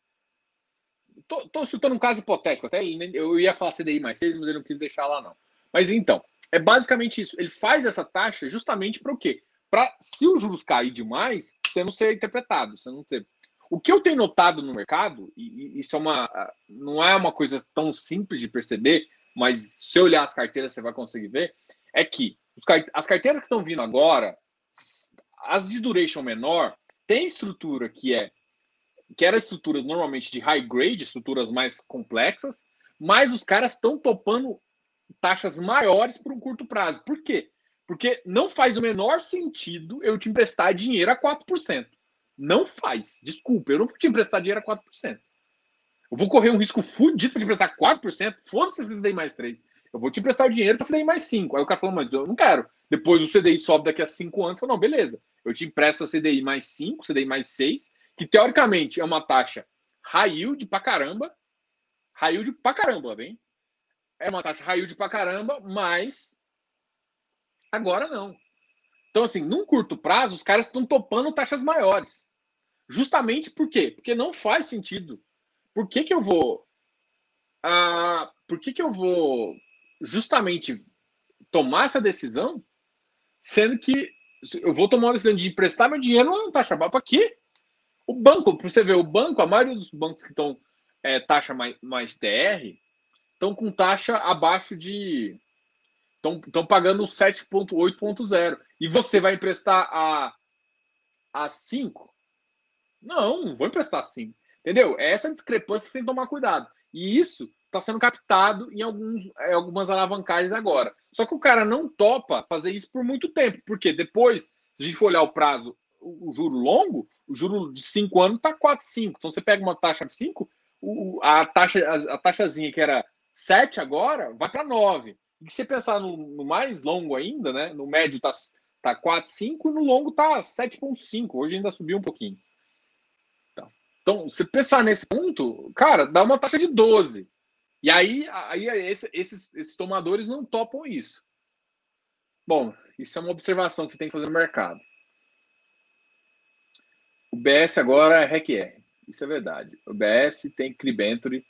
Tô chutando um caso hipotético, até eu ia falar CDI mais 6, mas eu não quis deixar lá não. Mas então, é basicamente isso. Ele faz essa taxa justamente para o quê? Para, se os juros cair demais, você não ser interpretado, você não ter. O que eu tenho notado no mercado, e isso não é uma coisa tão simples de perceber, mas se olhar as carteiras você vai conseguir ver, é que as carteiras que estão vindo agora, as de duration menor, tem estrutura que eram estruturas normalmente de high grade, estruturas mais complexas, mas os caras estão topando taxas maiores por um curto prazo. Por quê? Porque não faz o menor sentido eu te emprestar dinheiro a 4%. Não faz. Desculpa, eu não vou te emprestar dinheiro a 4%. Eu vou correr um risco fudido para te emprestar 4%, foda-se se CDI mais 3. Eu vou te emprestar o dinheiro para CDI mais 5. Aí o cara falou, mas eu não quero. Depois o CDI sobe daqui a 5 anos. Eu falo, não, beleza. Eu te empresto o CDI mais 5, CDI mais 6, que teoricamente é uma taxa high yield pra caramba. High yield pra caramba, bem? É uma taxa high yield pra caramba, mas agora não. Então, assim, num curto prazo, os caras estão topando taxas maiores. Justamente por quê? Porque não faz sentido. Por que eu vou por que eu vou justamente tomar essa decisão, sendo que eu vou tomar uma decisão de emprestar meu dinheiro não taxa baixa? Para quê? O banco, para você ver, o banco, a maioria dos bancos que estão taxa mais TR, estão com taxa abaixo de. Estão pagando 7,8.0. E você vai emprestar a 5? Não vou emprestar a 5. Entendeu? É essa discrepância que você tem que tomar cuidado. E isso está sendo captado em algumas alavancagens agora. Só que o cara não topa fazer isso por muito tempo, porque depois, se a gente for olhar o prazo, o juro longo, o juro de 5 anos está 4,5. Então você pega uma taxa de 5, a taxazinha que era 7 agora vai para 9. E se você pensar no mais longo ainda, né? No médio está 4,5 e no longo está 7,5. Hoje ainda subiu um pouquinho. Então, se pensar nesse ponto, cara, dá uma taxa de 12. E aí esses tomadores não topam isso. Bom, isso é uma observação que você tem que fazer no mercado. O BS agora é REC-R. Isso é verdade. O BS tem Cribenture.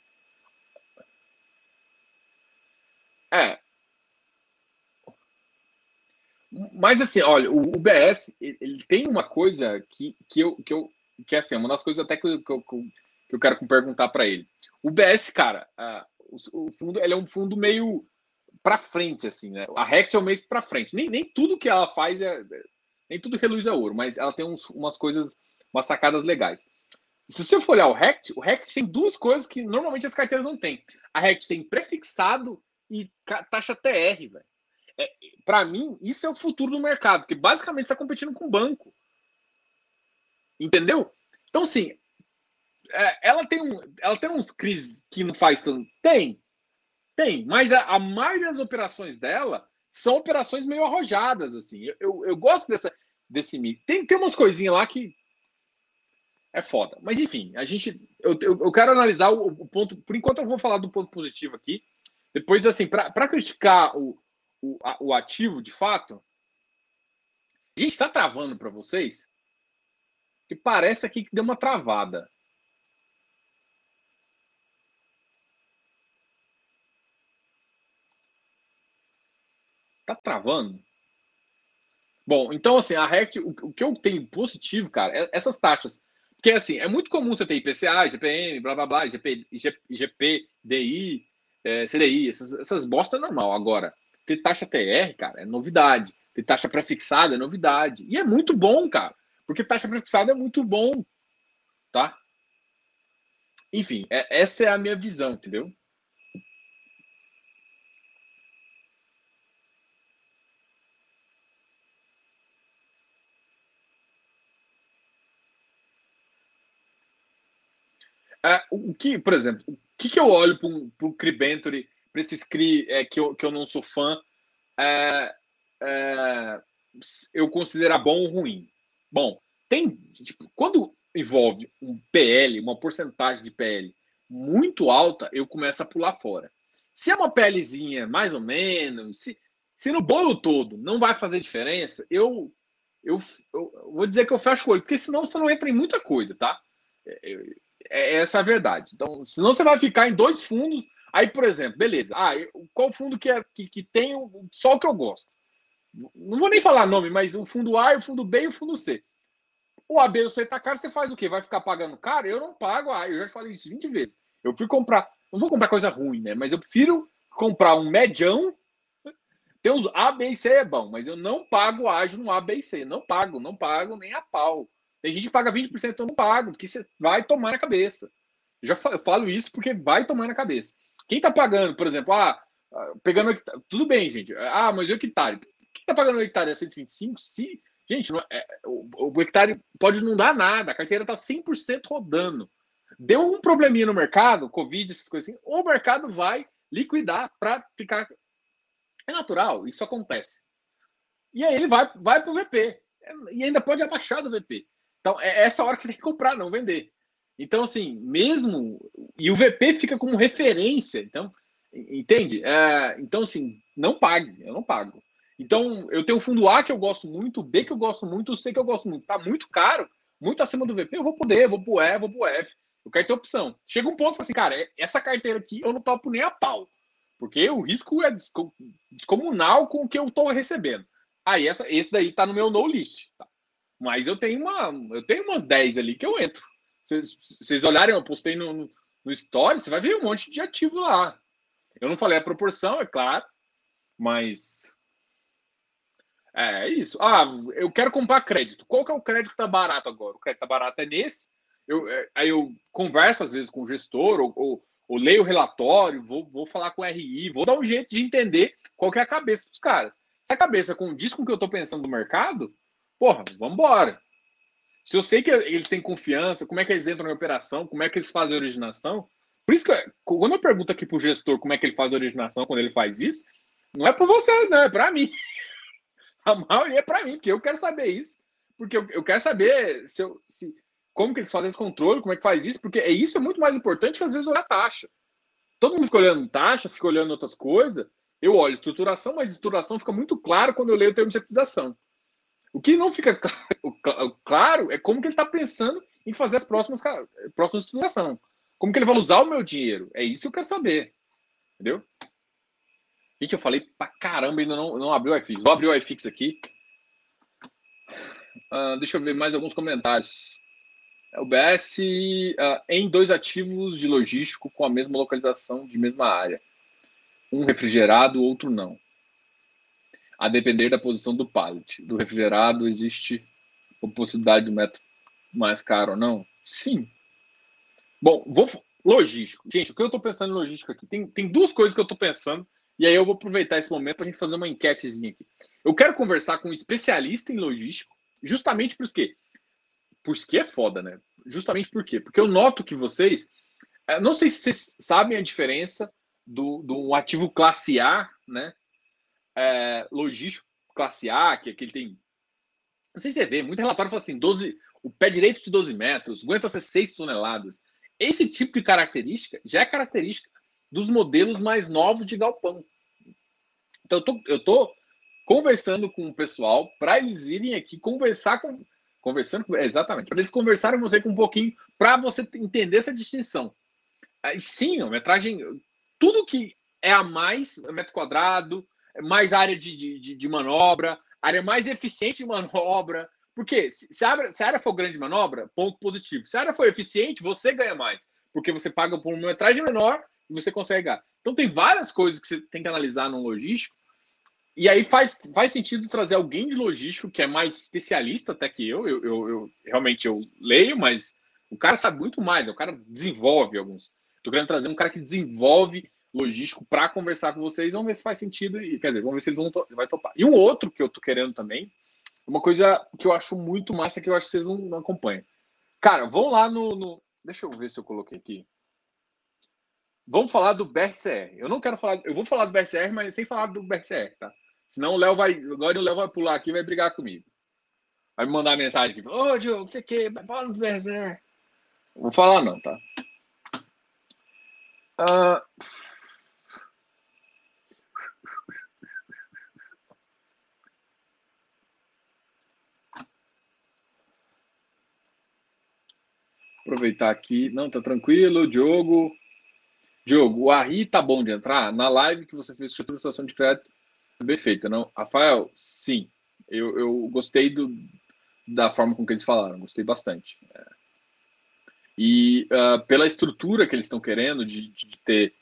Mas assim, olha, o BS ele tem uma coisa que é assim, uma das coisas até que eu quero perguntar para ele. O BS, cara, o fundo ele é um fundo meio para frente, assim, né? A Rect é um mês para frente. Nem tudo que ela faz nem tudo reluz a ouro, mas ela tem umas coisas, umas sacadas legais. Se você for olhar o Rect tem duas coisas que normalmente as carteiras não têm. A Rect tem prefixado e taxa TR, velho. Para mim, isso é o futuro do mercado, porque basicamente está competindo com o banco. Entendeu? Então, assim, ela tem uns crises que não faz tanto. Tem, mas a maioria das operações dela são operações meio arrojadas, assim. Eu gosto desse mix. Tem umas coisinhas lá que é foda. Mas, enfim, eu quero analisar o ponto. Por enquanto, eu vou falar do ponto positivo aqui. Depois, assim, para criticar o ativo, de fato, a gente está travando para vocês? Que parece aqui que deu uma travada. Tá travando? Bom, então assim, a Rect, o que eu tenho positivo, cara, é essas taxas. Porque assim, é muito comum você ter IPCA, GPM, blá blá blá, GP, DI, CDI, essas bosta é normal. Agora, ter taxa TR, cara, é novidade. Ter taxa prefixada é novidade. E é muito bom, cara. Porque taxa prefixada é muito bom, tá? Enfim, essa é a minha visão, entendeu? O que, por exemplo, o que eu olho para o Cribentory, para esses CRI que eu não sou fã, eu considerar bom ou ruim? Bom, quando envolve um PL, uma porcentagem de PL muito alta, eu começo a pular fora. Se é uma PLzinha mais ou menos, se no bolo todo não vai fazer diferença, eu vou dizer que eu fecho o olho, porque senão você não entra em muita coisa, tá? Essa é a verdade. Então, senão você vai ficar em 2 fundos. Aí, por exemplo, beleza. Qual fundo que tem só o que eu gosto? Não vou nem falar nome, mas o fundo A, o fundo B e o fundo C. O A, B e o C tá caro, você faz o quê? Vai ficar pagando caro? Eu não pago A. Eu já falei isso 20 vezes. Eu fui comprar. Não vou comprar coisa ruim, né? Mas eu prefiro comprar um medião. Tem os A, B e C é bom, mas eu não pago ágio no A, B e C. Não pago nem a pau. Tem gente que paga 20%, eu não pago, porque você vai tomar na cabeça. Eu falo isso porque vai tomar na cabeça. Quem tá pagando, por exemplo, pegando tudo bem, gente. Mas o hectare. Quem tá pagando o hectare a 125? Gente, o hectare pode não dar nada. A carteira tá 100% rodando. Deu um probleminha no mercado, Covid, essas coisas assim, o mercado vai liquidar para ficar. É natural, isso acontece. E aí ele vai para o VP. E ainda pode abaixar do VP. Então, é essa hora que você tem que comprar, não vender. Então, assim, mesmo. E o VP fica como referência. Então, entende? Então, assim, não pague. Eu não pago. Então, eu tenho o fundo A que eu gosto muito, o B que eu gosto muito, o C que eu gosto muito. Tá muito caro, muito acima do VP, eu vou pro D, vou pro E, vou pro F. Eu quero ter opção. Chega um ponto que assim, cara, essa carteira aqui eu não topo nem a pau. Porque o risco é descomunal com o que eu estou recebendo. Aí esse daí tá no meu no list. Tá? Mas eu tenho umas 10 ali que eu entro. Vocês olharem, eu postei no Story, você vai ver um monte de ativo lá. Eu não falei a proporção, é claro, mas é isso. Eu quero comprar crédito. Qual que é o crédito que tá barato agora? O crédito tá barato é nesse. Aí eu converso às vezes com o gestor ou leio o relatório, vou falar com o RI, vou dar um jeito de entender qual que é a cabeça dos caras. Se a cabeça condiz com o que eu estou pensando no mercado, porra, vamos embora. Se eu sei que eles têm confiança, como é que eles entram na operação, como é que eles fazem a originação. Por isso que quando eu pergunto aqui para o gestor como é que ele faz a originação, quando ele faz isso, não é para vocês, não, é para mim. A maioria é para mim, porque eu quero saber isso. Porque eu quero saber como que eles fazem esse controle, como é que faz isso, porque isso é muito mais importante que às vezes olhar taxa. Todo mundo fica olhando taxa, fica olhando outras coisas. Eu olho estruturação, mas estruturação fica muito claro quando eu leio o termo de securitização. O que não fica claro é como que ele está pensando em fazer as próximas estruturação. Como que ele vai usar o meu dinheiro. É isso que eu quero saber. Entendeu? Gente, eu falei pra caramba e ainda não abri o iFix. Vou abrir o iFix aqui. Deixa eu ver mais alguns comentários. O BS em 2 ativos de logístico com a mesma localização de mesma área. Um refrigerado, outro não. A depender da posição do pallet. Do refrigerado, existe a possibilidade de um metro mais caro ou não? Sim. Bom, logístico. Gente, o que eu estou pensando em logístico aqui? Tem 2 coisas que eu estou pensando, e aí eu vou aproveitar esse momento para a gente fazer uma enquetezinha aqui. Eu quero conversar com um especialista em logístico, justamente por quê? Porque é foda, né? Justamente por quê? Porque eu noto que vocês... Não sei se vocês sabem a diferença do ativo classe A, né? Logístico classe A, que ele tem... Não sei se você vê, muito relatório fala assim, o pé direito de 12 metros, aguenta ser 6 toneladas. Esse tipo de característica já é característica dos modelos mais novos de galpão. Então, eu tô conversando com o pessoal para eles irem aqui exatamente, para eles conversarem com você com um pouquinho, para você entender essa distinção. Sim, a metragem, tudo que é a mais metro quadrado, mais área de manobra, área mais eficiente de manobra. Porque se a área for grande de manobra, ponto positivo. Se a área for eficiente, você ganha mais. Porque você paga por uma metragem menor e você consegue ganhar. Então tem várias coisas que você tem que analisar no logístico. E aí faz sentido trazer alguém de logístico que é mais especialista até que eu realmente eu leio, mas o cara sabe muito mais, o cara desenvolve alguns. Estou querendo trazer um cara que desenvolve logístico para conversar com vocês, vamos ver se faz sentido, e quer dizer, vamos ver se eles vai topar. E um outro que eu tô querendo também, uma coisa que eu acho muito massa, que eu acho que vocês não acompanham. Cara, vão lá no Deixa eu ver se eu coloquei aqui. Vamos falar do BRCR. Eu não quero falar. Eu vou falar do BRCR, mas sem falar do BRCR, tá? Senão o Léo vai. Agora o Léo vai pular aqui e vai brigar comigo. Vai me mandar mensagem aqui. Ô, Diogo, não sei o quê, fala do BRCR. Não vou falar, não, tá? Aproveitar aqui. Não, tá tranquilo, Diogo. Diogo, o Arri tá bom de entrar? Na live que você fez sobre situação de crédito, bem feita, não? Rafael, sim. Eu gostei da forma com que eles falaram, gostei bastante. E pela estrutura que eles estão querendo, de ter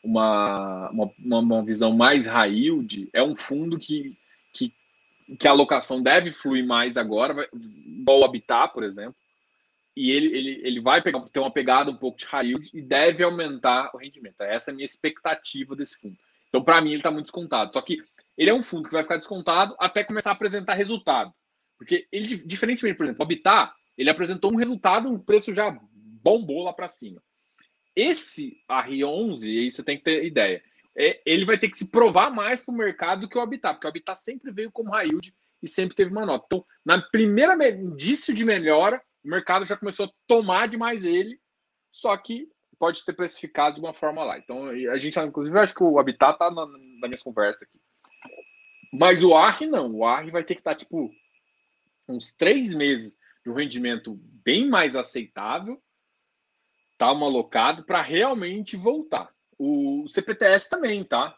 uma visão mais high yield, é um fundo que a alocação deve fluir mais agora, igual o Habitat, por exemplo, e ele vai ter uma pegada um pouco de high yield e deve aumentar o rendimento. Essa é a minha expectativa desse fundo. Então, para mim, ele está muito descontado. Só que ele é um fundo que vai ficar descontado até começar a apresentar resultado. Porque ele, diferentemente, por exemplo, o Habitat, ele apresentou um resultado, um preço já bombou lá para cima. Esse RI11, aí você tem que ter ideia, ele vai ter que se provar mais para o mercado do que o Habitat, porque o Habitat sempre veio como high yield e sempre teve uma nota. Então, na primeira indício de melhora, o mercado já começou a tomar demais ele, só que pode ter precificado de uma forma lá. Então, a gente, inclusive, eu acho que o Habitat está na minha conversa aqui. Mas o ARRI não. O ARRI vai ter que estar, tipo, uns 3 meses de um rendimento bem mais aceitável, tá alocado para realmente voltar. O CPTS também, tá?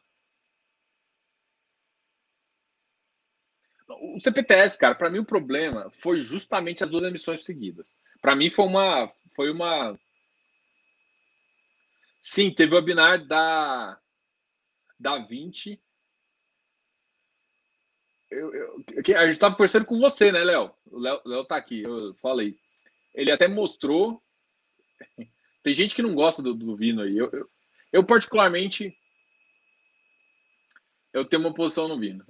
O CPTS, cara, para mim o problema foi justamente as 2 emissões seguidas. Para mim foi uma. Sim, teve o webinar da 20. A gente tava conversando com você, né, Léo? O Léo tá aqui, eu falei. Ele até mostrou. Tem gente que não gosta do Vino aí. Eu particularmente, eu tenho uma posição no Vino.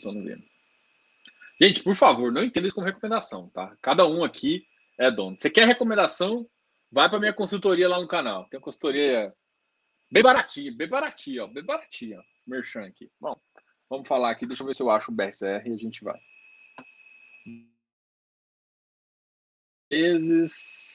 Gente, por favor, não entenda isso como recomendação, tá? Cada um aqui é dono. Você quer recomendação? Vai para minha consultoria lá no canal. Tem uma consultoria bem baratinha, ó. Bem baratinha, ó. Merchan aqui. Bom, vamos falar aqui. Deixa eu ver se eu acho o BRCR e a gente vai. Vezes.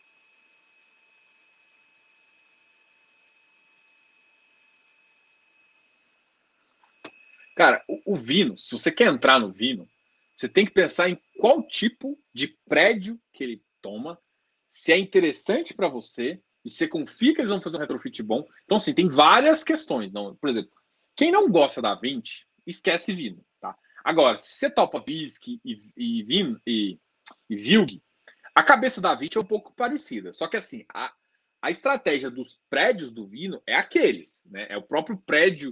Cara, o Vino, se você quer entrar no Vino, você tem que pensar em qual tipo de prédio que ele toma, se é interessante para você e você confia que eles vão fazer um retrofit bom. Então, assim, tem várias questões. Não, por exemplo, quem não gosta da 20, esquece Vino, tá? Agora, se você topa Visk e Vino e Vilg, a cabeça da 20 é um pouco parecida. Só que, assim, a estratégia dos prédios do Vino é aqueles, né? É o próprio prédio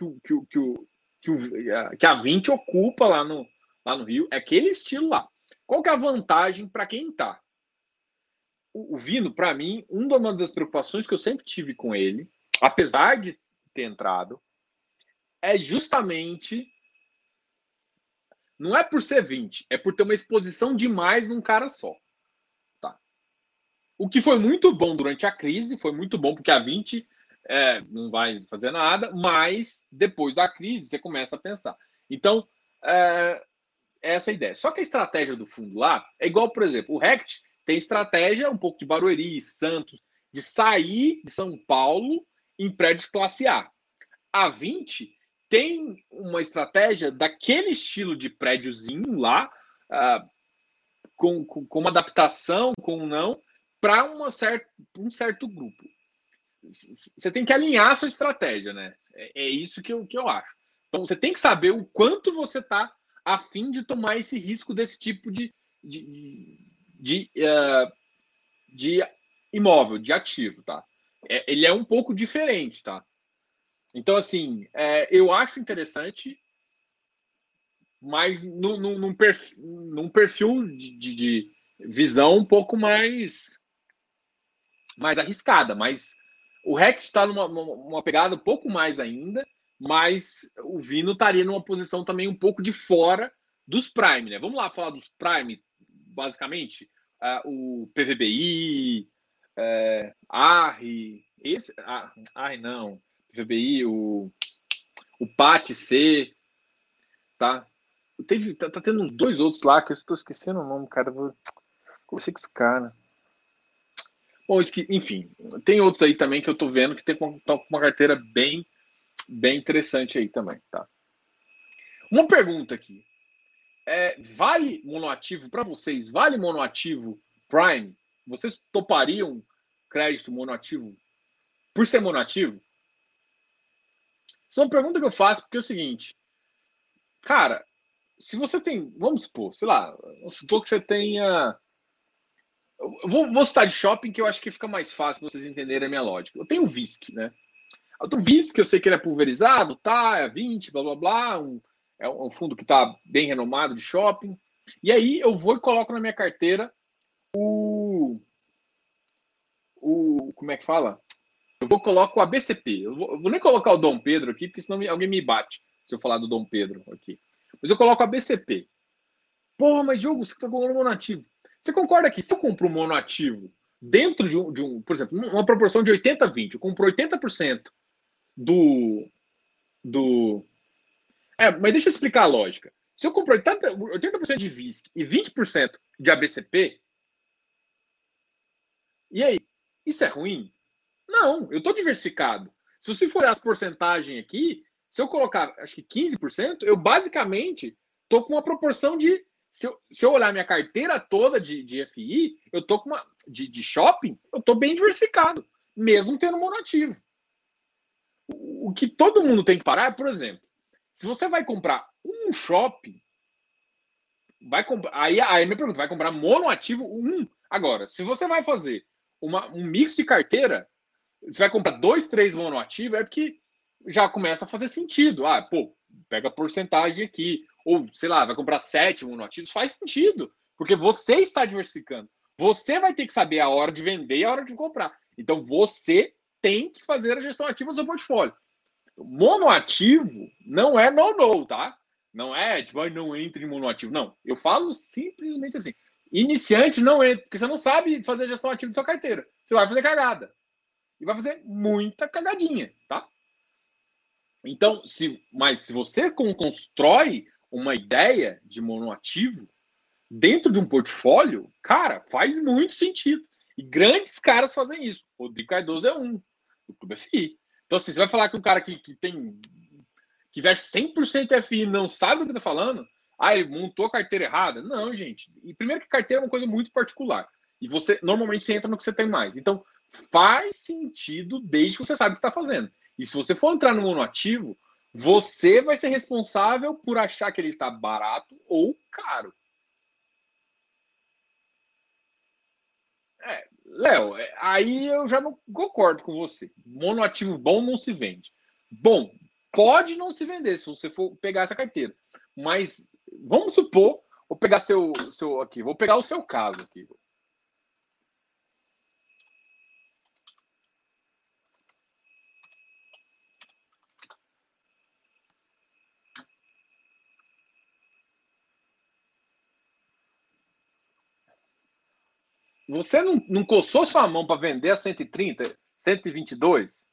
que a 20 ocupa lá no Rio, é aquele estilo lá. Qual que é a vantagem para quem está? O Vino, para mim, uma das preocupações que eu sempre tive com ele, apesar de ter entrado, é justamente. Não é por ser 20, é por ter uma exposição demais num cara só. Tá? O que foi muito bom durante a crise, foi muito bom, porque a 20 não vai fazer nada, mas depois da crise você começa a pensar. Então, essa é a ideia. Só que a estratégia do fundo lá é igual, por exemplo, o Rect tem estratégia um pouco de Barueri, Santos, de sair de São Paulo em prédios classe A. A 20 tem uma estratégia daquele estilo de prédiozinho lá, com uma adaptação, com não, para um certo grupo. Você tem que alinhar a sua estratégia, né? É isso que eu acho. Então, você tem que saber o quanto você está a fim de tomar esse risco desse tipo de imóvel, de ativo, tá? Ele é um pouco diferente, tá? Então, assim, eu acho interessante, mas num perfil de visão um pouco mais arriscada, mas o Rex está numa pegada um pouco mais ainda, mas o Vino estaria numa posição também um pouco de fora dos Prime, né? Vamos lá falar dos Prime, basicamente. O PVBI, ARRI, ARRI não, VBI, o PAT-C, tá? Tá tendo uns 2 outros lá que eu estou esquecendo o nome, cara. Conversei com esse cara. Bom, enfim, tem outros aí também que eu tô vendo que tem uma carteira bem interessante aí também, tá? Uma pergunta aqui. Vale monoativo para vocês? Vale monoativo Prime? Vocês topariam crédito monoativo por ser monoativo? Isso é uma pergunta que eu faço porque é o seguinte, cara, se você tem, vamos supor, sei lá, vamos supor que você tenha. Vou citar de shopping que eu acho que fica mais fácil vocês entenderem a minha lógica. Eu tenho o VISC, né? Eu tenho o VISC, eu sei que ele é pulverizado, tá? É 20, blá blá blá. É um fundo que tá bem renomado de shopping. E aí eu vou e coloco na minha carteira como é que fala? Eu coloco o ABCP. Eu vou nem colocar o Dom Pedro aqui, porque senão alguém me bate se eu falar do Dom Pedro aqui. Mas eu coloco o ABCP. Porra, mas Diogo, você tá comprando monoativo. Você concorda que se eu compro um monoativo dentro de um, por exemplo, uma proporção de 80-20, eu compro 80% do. Mas deixa eu explicar a lógica. Se eu compro 80% de VISC e 20% de ABCP, e aí? Isso é ruim? Não, eu estou diversificado. Se você for as porcentagens aqui, se eu colocar, acho que 15%, eu basicamente estou com uma proporção de. Se eu olhar minha carteira toda de FI, eu estou com uma. De shopping, eu estou bem diversificado, mesmo tendo monoativo. O que todo mundo tem que parar é, por exemplo, se você vai comprar um shopping, vai comprar. Aí me pergunta, vai comprar monoativo um? Agora, se você vai fazer um mix de carteira, você vai comprar 2, 3 monoativos, é porque já começa a fazer sentido. Pega a porcentagem aqui. Ou, sei lá, vai comprar 7 monoativos, faz sentido. Porque você está diversificando. Você vai ter que saber a hora de vender e a hora de comprar. Então, você tem que fazer a gestão ativa do seu portfólio. Monoativo não é no-no, tá? Não é, tipo, não entre em monoativo. Não, eu falo simplesmente assim. Iniciante não entra, porque você não sabe fazer a gestão ativa da sua carteira. Você vai fazer cagada. E vai fazer muita cagadinha, tá? Então, mas se você constrói uma ideia de monoativo dentro de um portfólio, cara, faz muito sentido. E grandes caras fazem isso. Rodrigo Cardoso é um, do Clube FI. Então, assim, você vai falar que um cara que veste 100% FI não sabe do que tá falando, ele montou a carteira errada. Não, gente. E primeiro que carteira é uma coisa muito particular. E normalmente você entra no que você tem mais. Então, faz sentido desde que você sabe o que está fazendo. E se você for entrar no monoativo, você vai ser responsável por achar que ele está barato ou caro. Léo, aí eu já não concordo com você. Monoativo bom não se vende. Bom, pode não se vender se você for pegar essa carteira. Mas vamos supor, vou pegar seu aqui, vou pegar o seu caso aqui. Você não coçou sua mão para vender a 130, 122?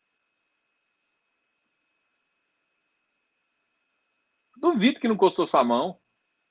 Duvido que não coçou sua mão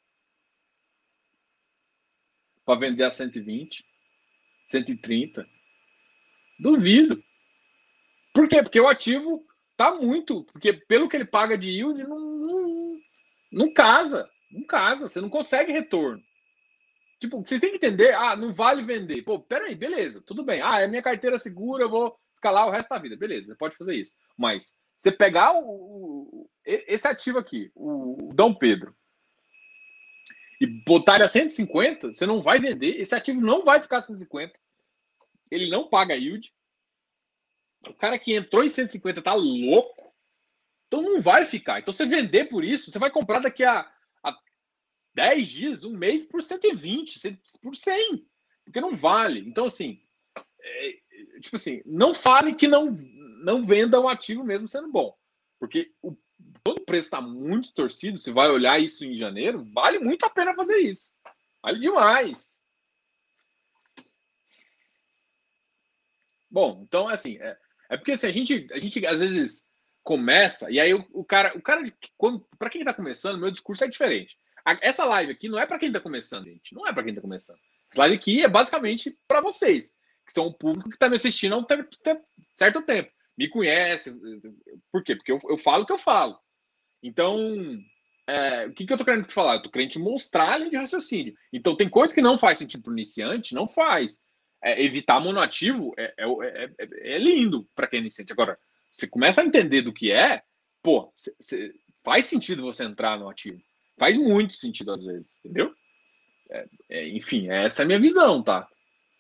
para vender a 120, 130. Duvido. Por quê? Porque o ativo tá muito. Porque pelo que ele paga de yield, não casa. Não casa. Você não consegue retorno. Tipo, vocês têm que entender, não vale vender. Pô, peraí, beleza, tudo bem. É minha carteira segura, eu vou ficar lá o resto da vida. Beleza, você pode fazer isso. Mas você pegar esse ativo aqui, o Dom Pedro, e botar ele a 150, você não vai vender. Esse ativo não vai ficar a 150. Ele não paga yield. O cara que entrou em 150 tá louco. Então não vai ficar. Então você vender por isso, você vai comprar daqui a 10 dias, um mês, por 120, por 100. Porque não vale. Então, assim, tipo assim, não fale que não venda um ativo mesmo sendo bom. Porque quando o preço está muito torcido, você vai olhar isso em janeiro, vale muito a pena fazer isso. Vale demais. Bom, então, assim, porque assim, a gente às vezes começa, e aí o cara, para quem está começando, meu discurso é diferente. Essa live aqui não é para quem está começando, gente. Não é para quem está começando. Essa live aqui é basicamente para vocês, que são o público que está me assistindo há um certo tempo. Me conhece. Por quê? Porque eu falo o que eu falo. Então, o que eu tô querendo te falar? Eu tô querendo te mostrar a linha de raciocínio. Então, tem coisa que não faz sentido para o iniciante, não faz. Evitar monoativo é lindo para quem é iniciante. Agora, você começa a entender do que é, pô, faz sentido você entrar no ativo. Faz muito sentido às vezes, entendeu? Enfim, essa é a minha visão, tá?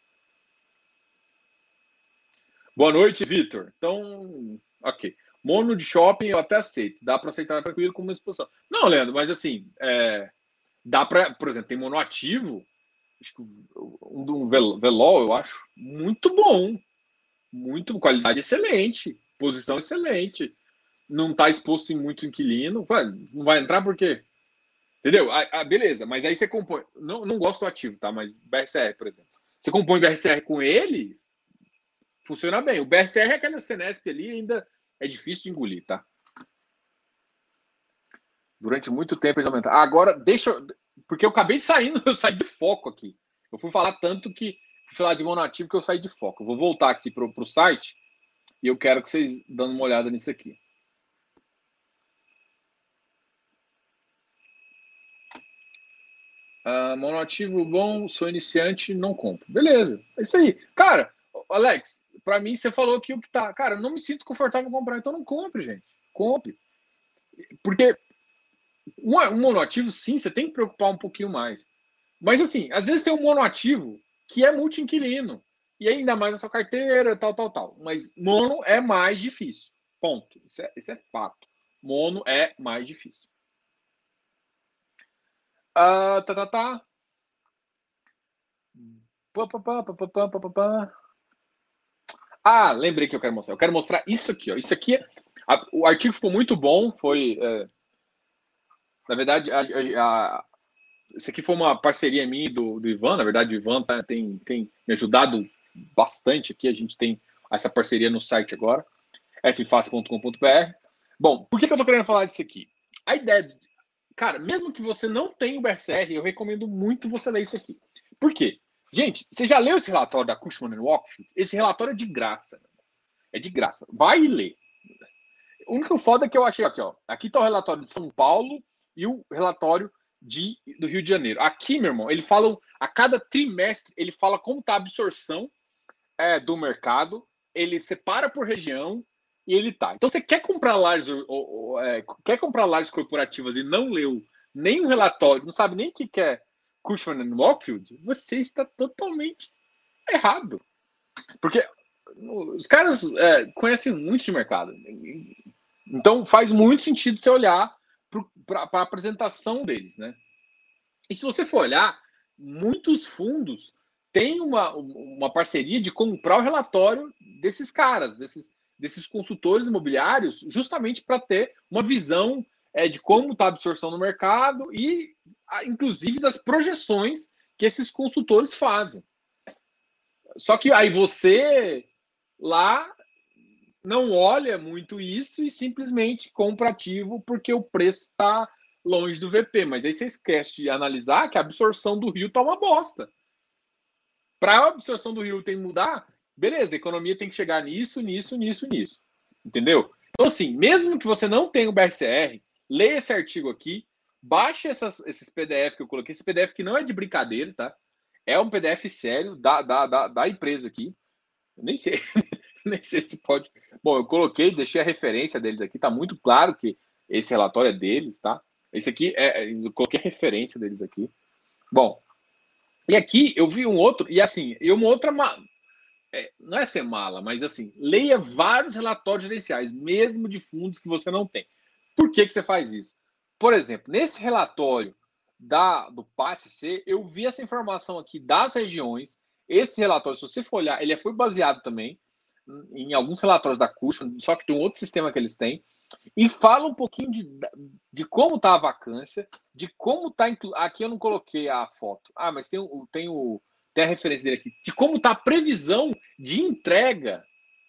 Boa noite, Vitor. Então, ok. Mono de shopping eu até aceito. Dá para aceitar tranquilo como uma exposição. Não, Leandro, mas assim, dá para, por exemplo, tem monoativo, acho que um Velol, eu acho, muito bom. Muito qualidade excelente, posição excelente. Não está exposto em muito inquilino. Não vai entrar por quê? Entendeu? Beleza, mas aí você compõe. Não gosto do ativo, tá? Mas BRCR, por exemplo. Você compõe BRCR com ele, funciona bem. O BRCR é aquela Senesp ali, ainda é difícil de engolir, tá? Durante muito tempo eles aumentaram. Agora, deixa eu. Porque eu acabei saindo, eu saí de foco aqui. Eu fui falar tanto que. Fui falar de monoativo que eu saí de foco. Eu vou voltar aqui para o site e eu quero que vocês dão uma olhada nisso aqui. Monoativo bom, sou iniciante, não compro. Beleza, é isso aí. Cara, Alex, para mim você falou que o que tá. Cara, não me sinto confortável em comprar, então não compre, gente. Compre. Porque um monoativo, sim, você tem que preocupar um pouquinho mais. Mas assim, às vezes tem um monoativo que é multi-inquilino. E ainda mais a sua carteira, tal, tal, tal. Mas mono é mais difícil. Ponto. Isso é fato. Mono é mais difícil. Tá. Lembrei que eu quero mostrar. Eu quero mostrar isso aqui, ó. Isso aqui, o artigo ficou muito bom. Foi, na verdade, isso aqui foi uma parceria minha e do Ivan. Na verdade, o Ivan tem me ajudado bastante aqui. A gente tem essa parceria no site agora, ffácil.com.br. Bom, por que eu tô querendo falar disso aqui? A ideia, cara, mesmo que você não tenha o BRCR, eu recomendo muito você ler isso aqui. Por quê? Gente, você já leu esse relatório da Cushman & Wakefield? Esse relatório é de graça. É de graça. Vai e lê. O único foda é que eu achei aqui, ó. Aqui tá o relatório de São Paulo e o relatório do Rio de Janeiro. Aqui, meu irmão, ele fala a cada trimestre, ele fala como tá a absorção do mercado, ele separa por região e ele tá. Então, você quer comprar quer comprar lajes corporativas e não leu nenhum relatório, não sabe nem o que é Cushman & Wakefield, você está totalmente errado. Porque os caras conhecem muito de mercado. Então faz muito sentido você olhar para a apresentação deles, né? E se você for olhar, muitos fundos têm uma parceria de comprar o relatório desses caras, desses consultores imobiliários, justamente para ter uma visão de como está a absorção no mercado e, inclusive, das projeções que esses consultores fazem. Só que aí você lá não olha muito isso e simplesmente compra ativo porque o preço está longe do VP. Mas aí você esquece de analisar que a absorção do Rio está uma bosta. Para a absorção do Rio tem que mudar, beleza, a economia tem que chegar nisso. Entendeu? Então, assim, mesmo que você não tenha o BRCR, leia esse artigo aqui, baixe esses PDF que eu coloquei. Esse PDF que não é de brincadeira, tá? É um PDF sério da empresa aqui. Eu nem sei. Nem sei se pode. Bom, eu coloquei, deixei a referência deles aqui, tá muito claro que esse relatório é deles, tá? Esse aqui eu coloquei a referência deles aqui. Bom, e aqui eu vi um outro, e assim, uma outra. Não é ser mala, mas assim, leia vários relatórios gerenciais, mesmo de fundos que você não tem. Por que você faz isso? Por exemplo, nesse relatório do PAT-C, eu vi essa informação aqui das regiões. Esse relatório, se você for olhar, ele foi baseado também em alguns relatórios da Cushman, só que tem um outro sistema que eles têm, e fala um pouquinho de como está a vacância, de como está. Aqui eu não coloquei a foto. Mas tem tem a referência dele aqui, de como está a previsão de entrega,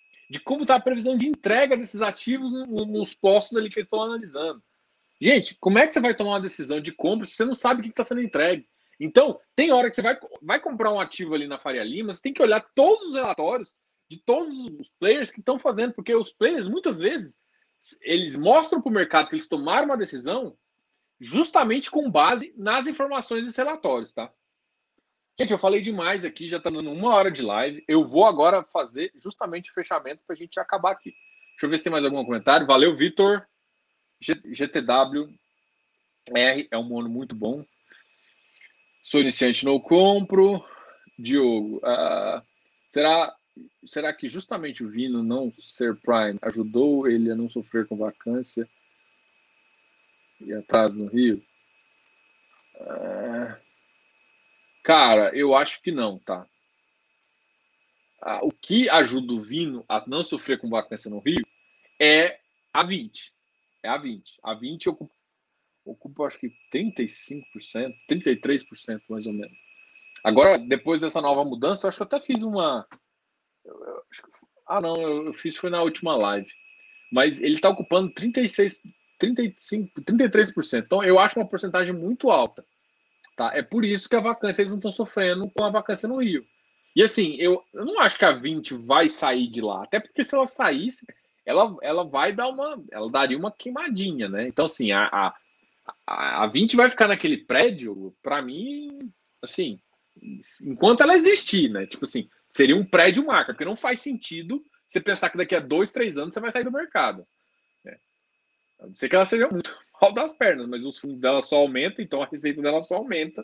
desses ativos nos postos ali que eles estão analisando. Gente, como é que você vai tomar uma decisão de compra se você não sabe o que está sendo entregue? Então, tem hora que você vai comprar um ativo ali na Faria Lima, você tem que olhar todos os relatórios de todos os players que estão fazendo, porque os players, muitas vezes, eles mostram para o mercado que eles tomaram uma decisão justamente com base nas informações dos relatórios, tá? Gente, eu falei demais aqui, já está dando 1 hora de live. Eu vou agora fazer justamente o fechamento para a gente acabar aqui. Deixa eu ver se tem mais algum comentário. Valeu, Vitor. GTW R é um mono muito bom. Sou iniciante, não compro. Diogo, será que justamente o Vino não ser Prime ajudou ele a não sofrer com vacância e atraso no Rio? Cara, eu acho que não, tá? O que ajuda o Vino a não sofrer com vacância no Rio é a 20. É a 20. A 20 ocupa acho que 35%, 33% mais ou menos. Agora, depois dessa nova mudança, eu acho que eu até fiz uma. Não, eu fiz foi na última live. Mas ele está ocupando 36, 35, 33%. Então, eu acho uma porcentagem muito alta. Tá? É por isso que a vacância eles não estão sofrendo com a vacância no Rio. E assim, eu não acho que a 20 vai sair de lá. Até porque se ela saísse, ela vai dar uma. Ela daria uma queimadinha, né? Então, assim, a 20 vai ficar naquele prédio, para mim, assim, enquanto ela existir, né? Tipo assim, seria um prédio marca, porque não faz sentido você pensar que daqui a 2, 3 anos você vai sair do mercado. Né? A não ser que ela seja muito mal das pernas, mas os fundos dela só aumentam, então a receita dela só aumenta.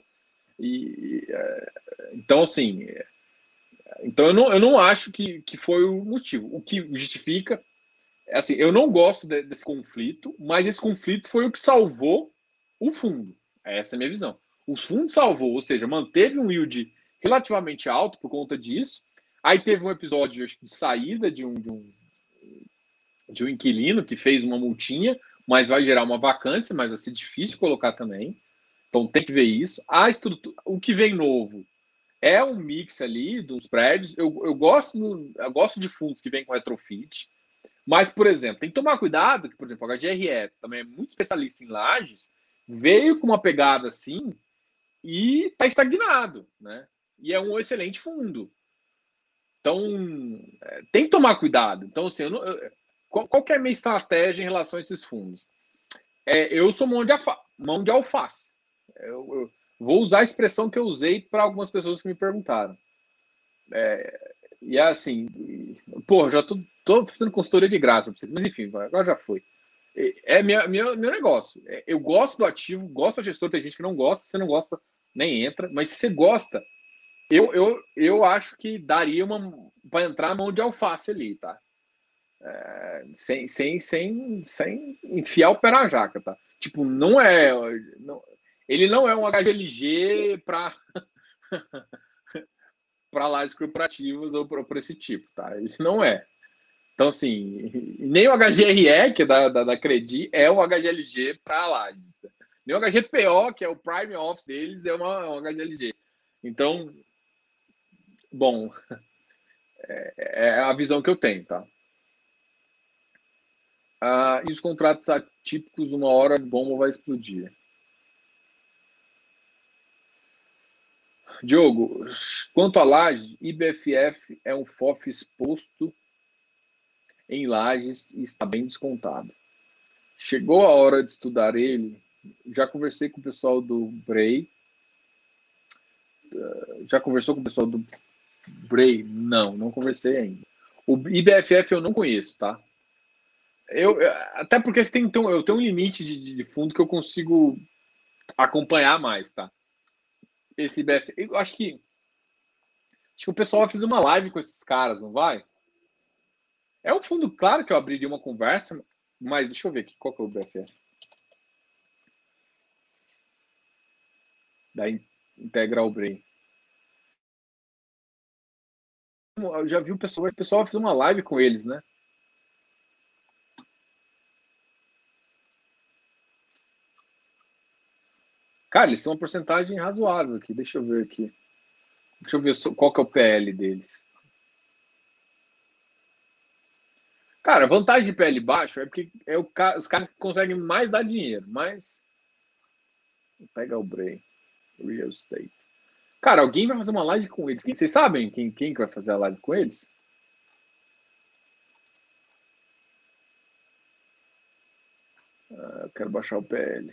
Então, assim, então eu não acho que foi o motivo. O que justifica, assim, eu não gosto desse conflito, mas esse conflito foi o que salvou o fundo. Essa é a minha visão. O fundo salvou, ou seja, manteve um yield relativamente alto por conta disso. Aí teve um episódio acho, de saída de um inquilino que fez uma multinha, mas vai gerar uma vacância, mas vai ser difícil colocar também. Então tem que ver isso. A estrutura, o que vem novo é um mix ali dos prédios. Eu gosto de fundos que vêm com retrofit. Mas, por exemplo, tem que tomar cuidado que, por exemplo, a HGRE também é muito especialista em lajes, veio com uma pegada assim e está estagnado, né? E é um excelente fundo. Então, tem que tomar cuidado. Então, assim, qual que é a minha estratégia em relação a esses fundos? Eu sou mão de alface. Eu vou usar a expressão que eu usei para algumas pessoas que me perguntaram. E é assim, pô, já tô fazendo consultoria de graça pra vocês, mas enfim, agora já foi. Meu negócio. Eu gosto do ativo, gosto da gestora, tem gente que não gosta, se você não gosta, nem entra, mas se você gosta, eu acho que daria para entrar a mão de alface ali, tá? Sem enfiar o pé na jaca, tá? Tipo, ele não é um HGLG para lajes corporativas ou para esse tipo, tá? Ele não é. Então, assim, nem o HGRE, que é da Credi, é o HGLG para lajes. Nem o HGPO, que é o Prime Office deles, é um HGLG. Então, bom, é a visão que eu tenho, tá? E os contratos atípicos, uma hora a bomba vai explodir. Diogo, quanto a laje, IBFF é um FOF exposto em lajes e está bem descontado. Chegou a hora de estudar ele. Já conversei com o pessoal do Bray. Já conversou com o pessoal do Bray? Não conversei ainda. O IBFF eu não conheço, tá? Até porque eu tenho um limite de fundo que eu consigo acompanhar mais, tá? Esse IBFF, eu acho que o pessoal vai fazer uma live com esses caras, não vai? É um fundo, claro que eu abriria uma conversa, mas deixa eu ver aqui, qual que é o IBFF? Da Integral Bray. Eu já vi o pessoal vai fazer uma live com eles, né? Cara, eles têm uma porcentagem razoável aqui. Deixa eu ver aqui. Deixa eu ver qual que é o PL deles. Cara, a vantagem de PL baixo é porque os caras que conseguem mais dar dinheiro, mas... Pega o Bray. Real Estate. Cara, alguém vai fazer uma live com eles. Vocês sabem quem que vai fazer a live com eles? Eu quero baixar o PL.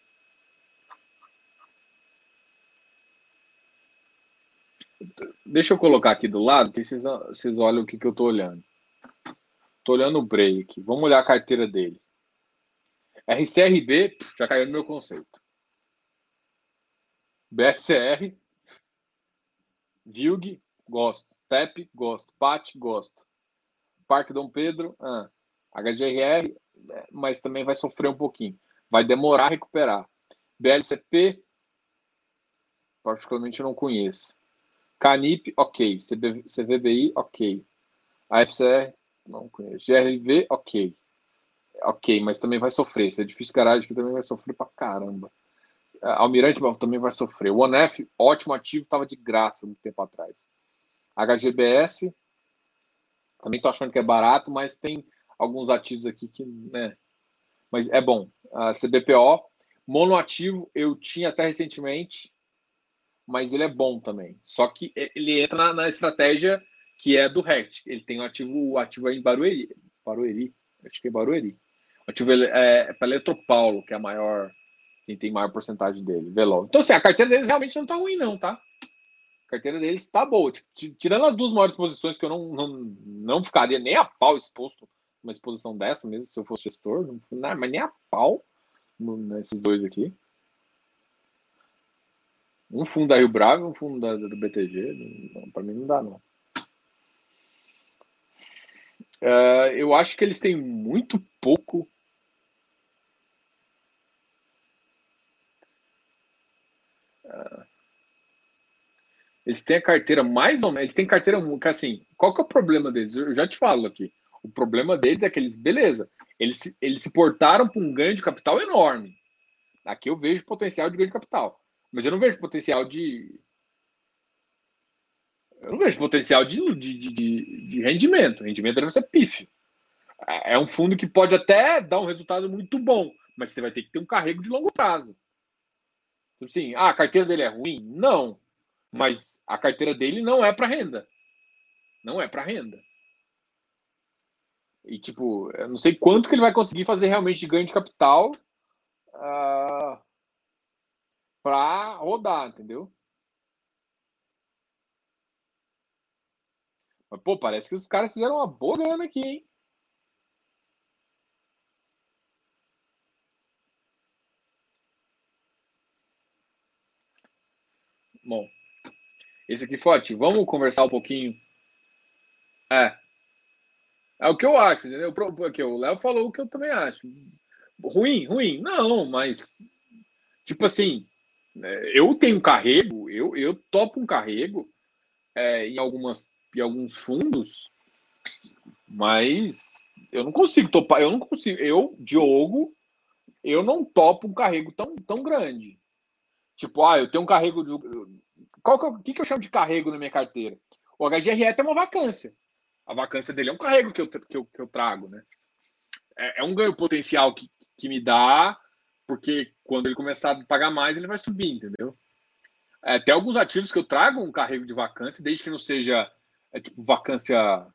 Deixa eu colocar aqui do lado, que vocês olham o que eu tô olhando. Tô olhando o Bray aqui. Vamos olhar a carteira dele. RCRB, já caiu no meu conceito. BRCR, Vilg, gosto. TEP, gosto. PAT, gosto. Parque Dom Pedro, HGRR, mas também vai sofrer um pouquinho. Vai demorar a recuperar. BLCP, particularmente eu não conheço. Canip, ok. CVBI, ok. AFCR, não conheço. GRV, ok. Ok, mas também vai sofrer. Se é difícil garagem, que também vai sofrer pra caramba. Almirante também vai sofrer. O ONEF, ótimo ativo, estava de graça muito tempo atrás. HGBS, também tô achando que é barato, mas tem alguns ativos aqui que, né? Mas é bom. CBPO, monoativo, eu tinha até recentemente, mas ele é bom também. Só que ele entra na estratégia que é do RECT. Ele tem o ativo aí em Barueri, acho que é Barueri. O ativo é para Eletropaulo, que é a maior, quem tem maior porcentagem dele, Velol. Então, assim, a carteira deles realmente não tá ruim, não, tá? A carteira deles tá boa. Tirando as duas maiores posições, que eu não ficaria nem a pau exposto numa exposição dessa, mesmo se eu fosse gestor, não, mas nem a pau nesses dois aqui. Um fundo da Rio Bravo e um fundo do BTG. Para mim não dá, não. Eu acho que eles têm muito pouco. Eles têm a carteira mais ou menos. Eles têm carteira. Assim, qual que é o problema deles? Eu já te falo aqui. O problema deles é que beleza, eles se portaram para um ganho de capital enorme. Aqui eu vejo potencial de ganho de capital. Mas eu não vejo potencial de. Eu não vejo potencial de rendimento. O rendimento deve ser pífio. É um fundo que pode até dar um resultado muito bom, mas você vai ter que ter um carrego de longo prazo. Assim, a carteira dele é ruim? Não. Mas a carteira dele não é para renda. Não é para renda. E, tipo, eu não sei quanto que ele vai conseguir fazer realmente de ganho de capital para rodar, entendeu? Mas, pô, parece que os caras fizeram uma boa grana aqui, hein? Bom, esse aqui foi ótimo. Vamos conversar um pouquinho. É o que eu acho, entendeu? Porque o Léo falou o que eu também acho. Ruim, ruim. Não, mas, tipo assim, eu tenho um carrego, eu topo um carrego em alguns fundos, mas eu não consigo topar, eu não consigo. Diogo, eu não topo um carrego tão grande. Tipo, eu tenho um carrego de. O que eu chamo de carrego na minha carteira? O HGRE tem uma vacância. A vacância dele é um carrego que eu trago, né? É um ganho potencial que me dá, porque quando ele começar a pagar mais, ele vai subir, entendeu? Tem alguns ativos que eu trago um carrego de vacância, desde que não seja tipo vacância.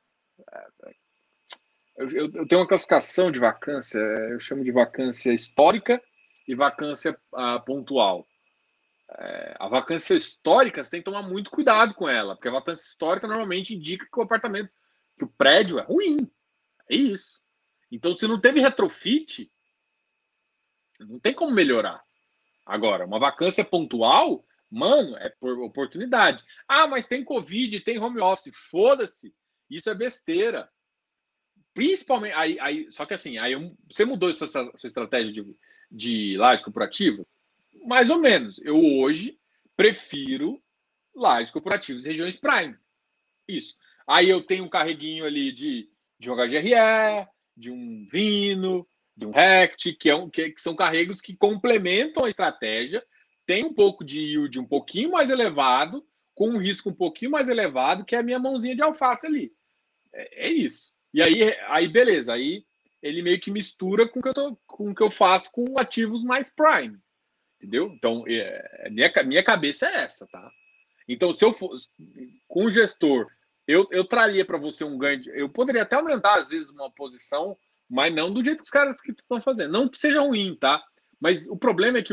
Eu tenho uma classificação de vacância, eu chamo de vacância histórica e vacância pontual. A vacância histórica, você tem que tomar muito cuidado com ela, porque a vacância histórica normalmente indica que o apartamento, que o prédio é ruim. É isso. Então, se não teve retrofit, não tem como melhorar. Agora, uma vacância pontual, mano, é por oportunidade. Mas tem Covid, tem home office, foda-se. Isso é besteira. Principalmente. Só que assim, você mudou sua estratégia de laje corporativa? Mais ou menos. Eu hoje prefiro lajes corporativas e regiões prime. Isso. Aí eu tenho um carreguinho ali de um HGRE, de um Vino, de um Rect, que são carregos que complementam a estratégia, tem um pouco de yield um pouquinho mais elevado, com um risco um pouquinho mais elevado, que é a minha mãozinha de alface ali. É isso. E aí, beleza. Aí ele meio que mistura com o que eu faço com ativos mais prime. Entendeu? Então, minha cabeça é essa, tá? Então, se eu fosse com o gestor, eu traria para você um ganho. Eu poderia até aumentar, às vezes, uma posição, mas não do jeito que os caras que estão fazendo. Não que seja ruim, tá? Mas o problema é que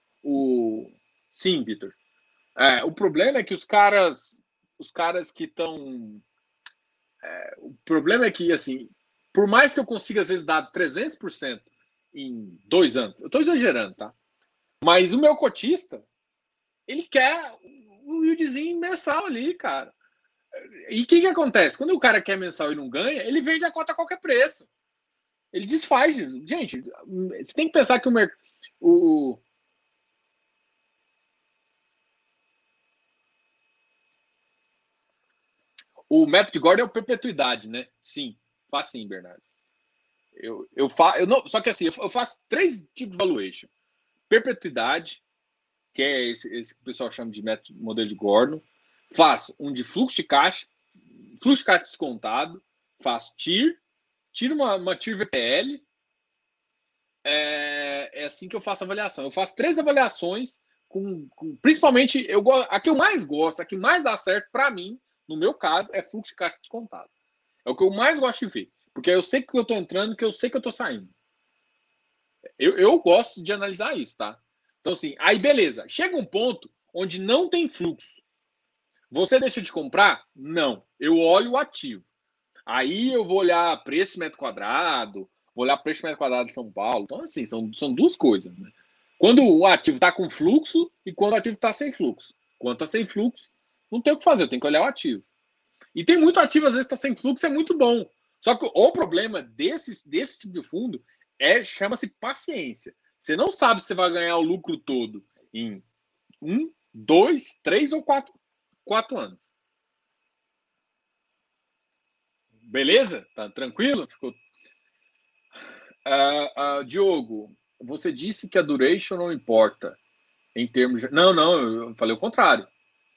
Sim, Vitor. O problema é que os caras que estão. O problema é que, assim, por mais que eu consiga, às vezes, dar 300% em 2 anos, eu estou exagerando, tá? Mas o meu cotista, ele quer o yieldzinho mensal ali, cara. E o que acontece? Quando o cara quer mensal e não ganha, ele vende a cota a qualquer preço. Ele desfaz. Gente, você tem que pensar que o método de Gordon é o perpetuidade, né? Sim, faz sim, Bernardo. Só que assim, eu faço 3 tipos de valuation. Perpetuidade, que é esse que o pessoal chama de método modelo de Gordon. Faço um de fluxo de caixa descontado. Faço TIR, tiro uma TIR VPL. É assim que eu faço a avaliação. Eu faço 3 avaliações, principalmente, a que eu mais gosto, a que mais dá certo para mim, no meu caso, é fluxo de caixa descontado. É o que eu mais gosto de ver. Porque eu sei que eu estou entrando, que eu sei que eu estou saindo. Eu gosto de analisar isso, tá? Então, assim, aí beleza. Chega um ponto onde não tem fluxo. Você deixa de comprar? Não. Eu olho o ativo. Aí eu vou olhar preço metro quadrado, vou olhar preço metro quadrado de São Paulo. Então, assim, são 2 coisas. Né? Quando o ativo está com fluxo e quando o ativo está sem fluxo. Quando está sem fluxo, não tem o que fazer, eu tenho que olhar o ativo. E tem muito ativo, às vezes, está sem fluxo, é muito bom. Só que o problema desse tipo de fundo chama-se paciência. Você não sabe se você vai ganhar o lucro todo em 1, 2, 3 ou 4 anos. Beleza? Tá tranquilo? Ficou. Diogo, você disse que a duration não importa em termos de. Não, eu falei o contrário.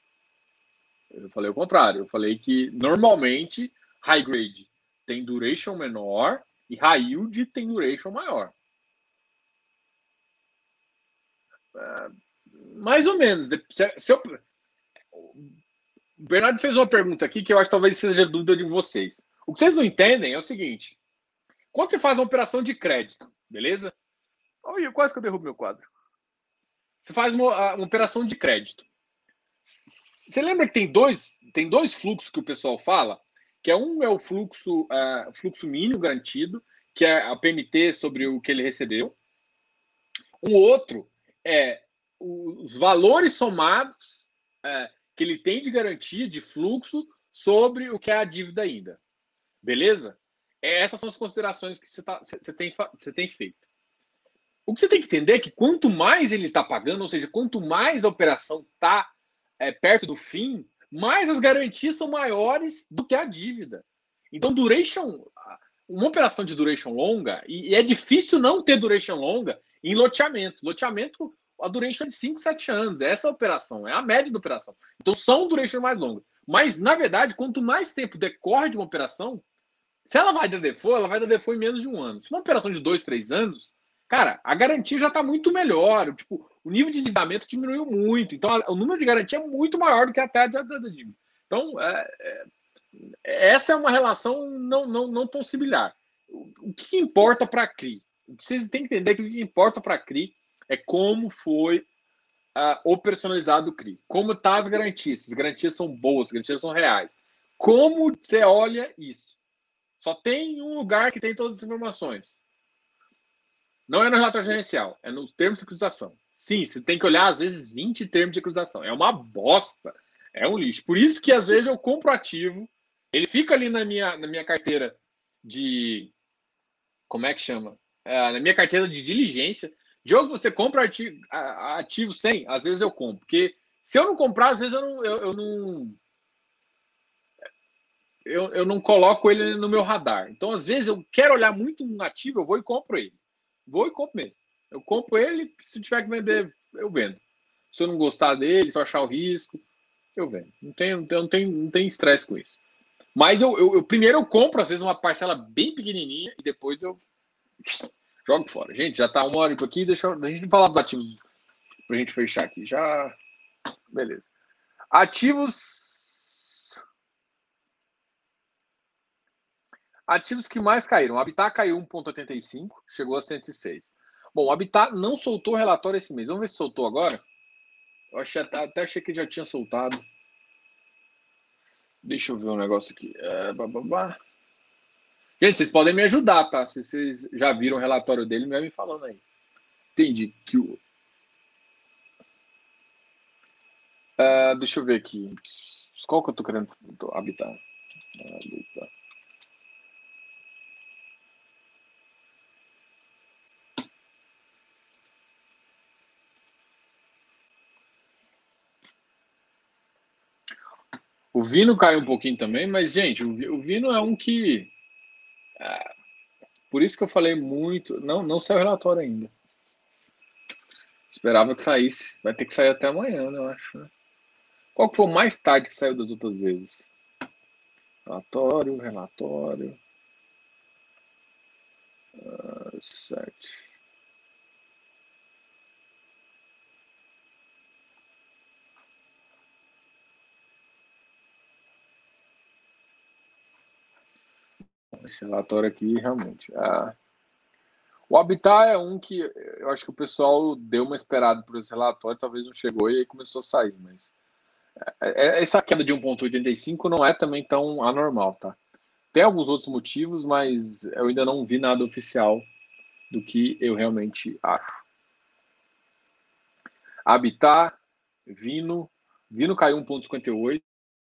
Eu falei que normalmente high grade tem duration menor e high yield tem duration maior. Mais ou menos. O Bernardo fez uma pergunta aqui que eu acho que talvez seja dúvida de vocês. O que vocês não entendem é o seguinte: quando você faz uma operação de crédito, beleza? Olha, quase que eu derrubo meu quadro. Você faz uma operação de crédito. Você lembra que tem dois fluxos que o pessoal fala? Que um é o fluxo mínimo garantido, que é a PMT sobre o que ele recebeu. Um outro é os valores somados que ele tem de garantia de fluxo sobre o que é a dívida ainda. Beleza? Essas são as considerações que você tem feito. O que você tem que entender é que quanto mais ele está pagando, ou seja, quanto mais a operação está perto do fim, mais as garantias são maiores do que a dívida. Então, uma operação de duration longa, e é difícil não ter duration longa em loteamento. Loteamento, a duration é de 5, 7 anos. Essa é a operação, é a média da operação. Então, são duration mais longas. Mas, na verdade, quanto mais tempo decorre de uma operação, se ela vai dar default, ela vai dar default em menos de 1 ano. Se uma operação de 2, 3 anos, cara, a garantia já está muito melhor. Tipo, o nível de endividamento diminuiu muito. Então, o número de garantia é muito maior do que até a dívida. Então, essa é uma relação não tão similar. O que importa para a CRI? O que vocês têm que entender é que o que importa para a CRI é como foi operacionalizado o CRI. Como tá as garantias. As garantias são boas, as garantias são reais. Como você olha isso? Só tem um lugar que tem todas as informações. Não é no relatório gerencial, é no termo de securitização. Sim, você tem que olhar, às vezes, 20 termos de securitização. É uma bosta. É um lixo. Por isso que, às vezes, eu compro ativo, ele fica ali na minha carteira de... Como é que chama? Na minha carteira de diligência. Diogo, você compra ativo sem? Às vezes eu compro. Porque se eu não comprar, às vezes eu não coloco ele no meu radar. Então, às vezes, eu quero olhar muito um ativo, eu vou e compro ele. Vou e compro mesmo. Eu compro ele, se tiver que vender, eu vendo. Se eu não gostar dele, se eu achar o risco. Eu vendo. Não tem estresse com isso. Mas primeiro eu compro, às vezes, uma parcela bem pequenininha e depois eu jogo fora. Gente, já tá 1 hora aqui, deixa a gente falar dos ativos pra gente fechar aqui. Já. Beleza. Ativos que mais caíram. O Habitat caiu 1,85, chegou a 106. Bom, o Habitat não soltou o relatório esse mês. Vamos ver se soltou agora? Eu até achei que já tinha soltado. Deixa eu ver um negócio aqui. Gente, vocês podem me ajudar, tá? Se vocês já viram o relatório dele, vai me falando aí. Entendi que o. Deixa eu ver aqui. Qual que eu tô querendo habitar? O Vino caiu um pouquinho também, mas, gente, o Vino é um que. Por isso que eu falei muito. Não saiu o relatório ainda. Esperava que saísse. Vai ter que sair até amanhã, né, eu acho. Né? Qual que foi o mais tarde que saiu das outras vezes? Relatório. 7. Esse relatório aqui, realmente. O Habitat é um que eu acho que o pessoal deu uma esperada por esse relatório, talvez não chegou e aí começou a sair, mas essa queda de 1,85 não é também tão anormal, tá? Tem alguns outros motivos, mas eu ainda não vi nada oficial do que eu realmente acho. Habitat, Vino caiu 1,58.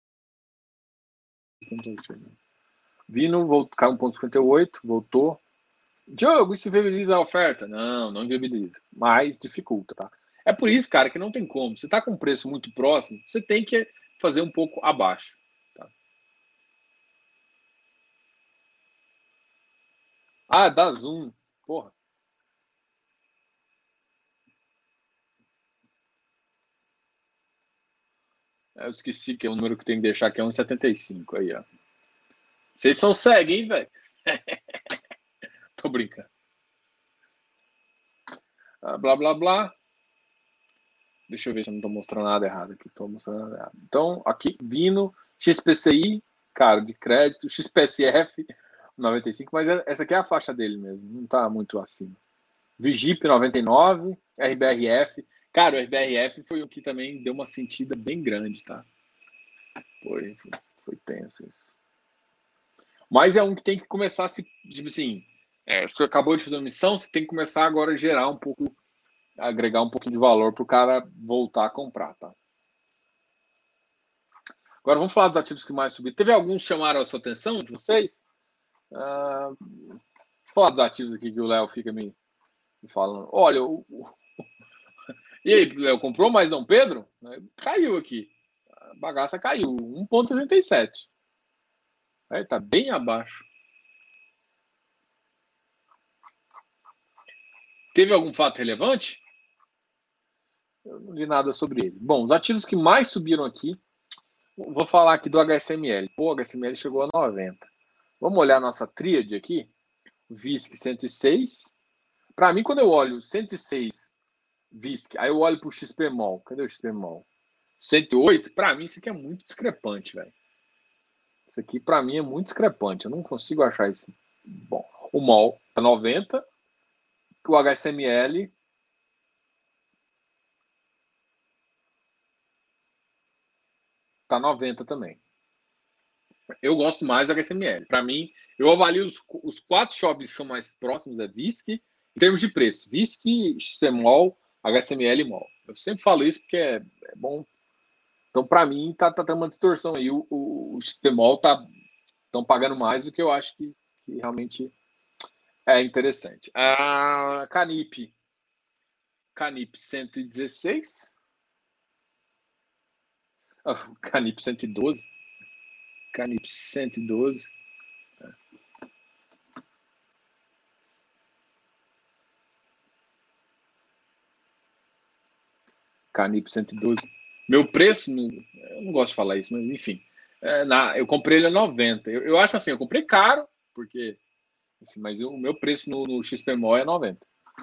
Vino caiu 1,58, voltou. Diogo, isso viabiliza a oferta? Não viabiliza. Mas dificulta, tá? É por isso, cara, que não tem como. Você tá com um preço muito próximo, você tem que fazer um pouco abaixo. Tá? Dá zoom. Porra. Eu esqueci que é o número que tem que deixar, que é 1,75. Aí, ó. Vocês são cegos, hein, velho? Tô brincando. Blá, blá, blá. Deixa eu ver se eu não tô mostrando nada errado aqui. Tô mostrando nada errado. Então, aqui, Vino, XPCI, cara, de crédito, XPSF, 95, mas essa aqui é a faixa dele mesmo, não tá muito acima. Vigip, 99, RBRF. Cara, o RBRF foi o que também deu uma sentida bem grande, tá? Foi tenso isso. Mas é um que tem que começar a se. Tipo assim, você acabou de fazer uma missão, você tem que começar agora a gerar um pouco, agregar um pouquinho de valor para o cara voltar a comprar, tá? Agora vamos falar dos ativos que mais subiram. Teve alguns que chamaram a sua atenção de vocês? Vou falar dos ativos aqui que o Léo fica me falando. Olha, e aí, Léo, comprou mais Dom Pedro? Caiu aqui. A bagaça caiu, 1,37. Tá bem abaixo. Teve algum fato relevante? Eu não li nada sobre ele. Bom, os ativos que mais subiram aqui, vou falar aqui do HSML. Pô, o HSML chegou a 90. Vamos olhar a nossa tríade aqui. VISC 106. Para mim, quando eu olho 106 VISC, aí eu olho para o XPMOL. Cadê o XPMOL? 108. Para mim, isso aqui é muito discrepante, velho. Isso aqui, para mim, é muito discrepante. Eu não consigo achar isso. Bom, o MOL tá 90. O HSML tá 90 também. Eu gosto mais do HSML. Para mim, eu avalio os 4 shops que são mais próximos, é VISC, em termos de preço. VISC, XMOL, HSML e MOL. Eu sempre falo isso porque é bom. Então, para mim, tá tendo uma distorção aí. O XMOL estão pagando mais do que eu acho que realmente é interessante. A Canip 116. Canip 112. Canip 112. Canip 112. Meu preço, eu não gosto de falar isso, mas enfim. Eu comprei ele a 90. Eu acho assim, eu comprei caro, porque. Enfim, mas o meu preço no XPMO é 90.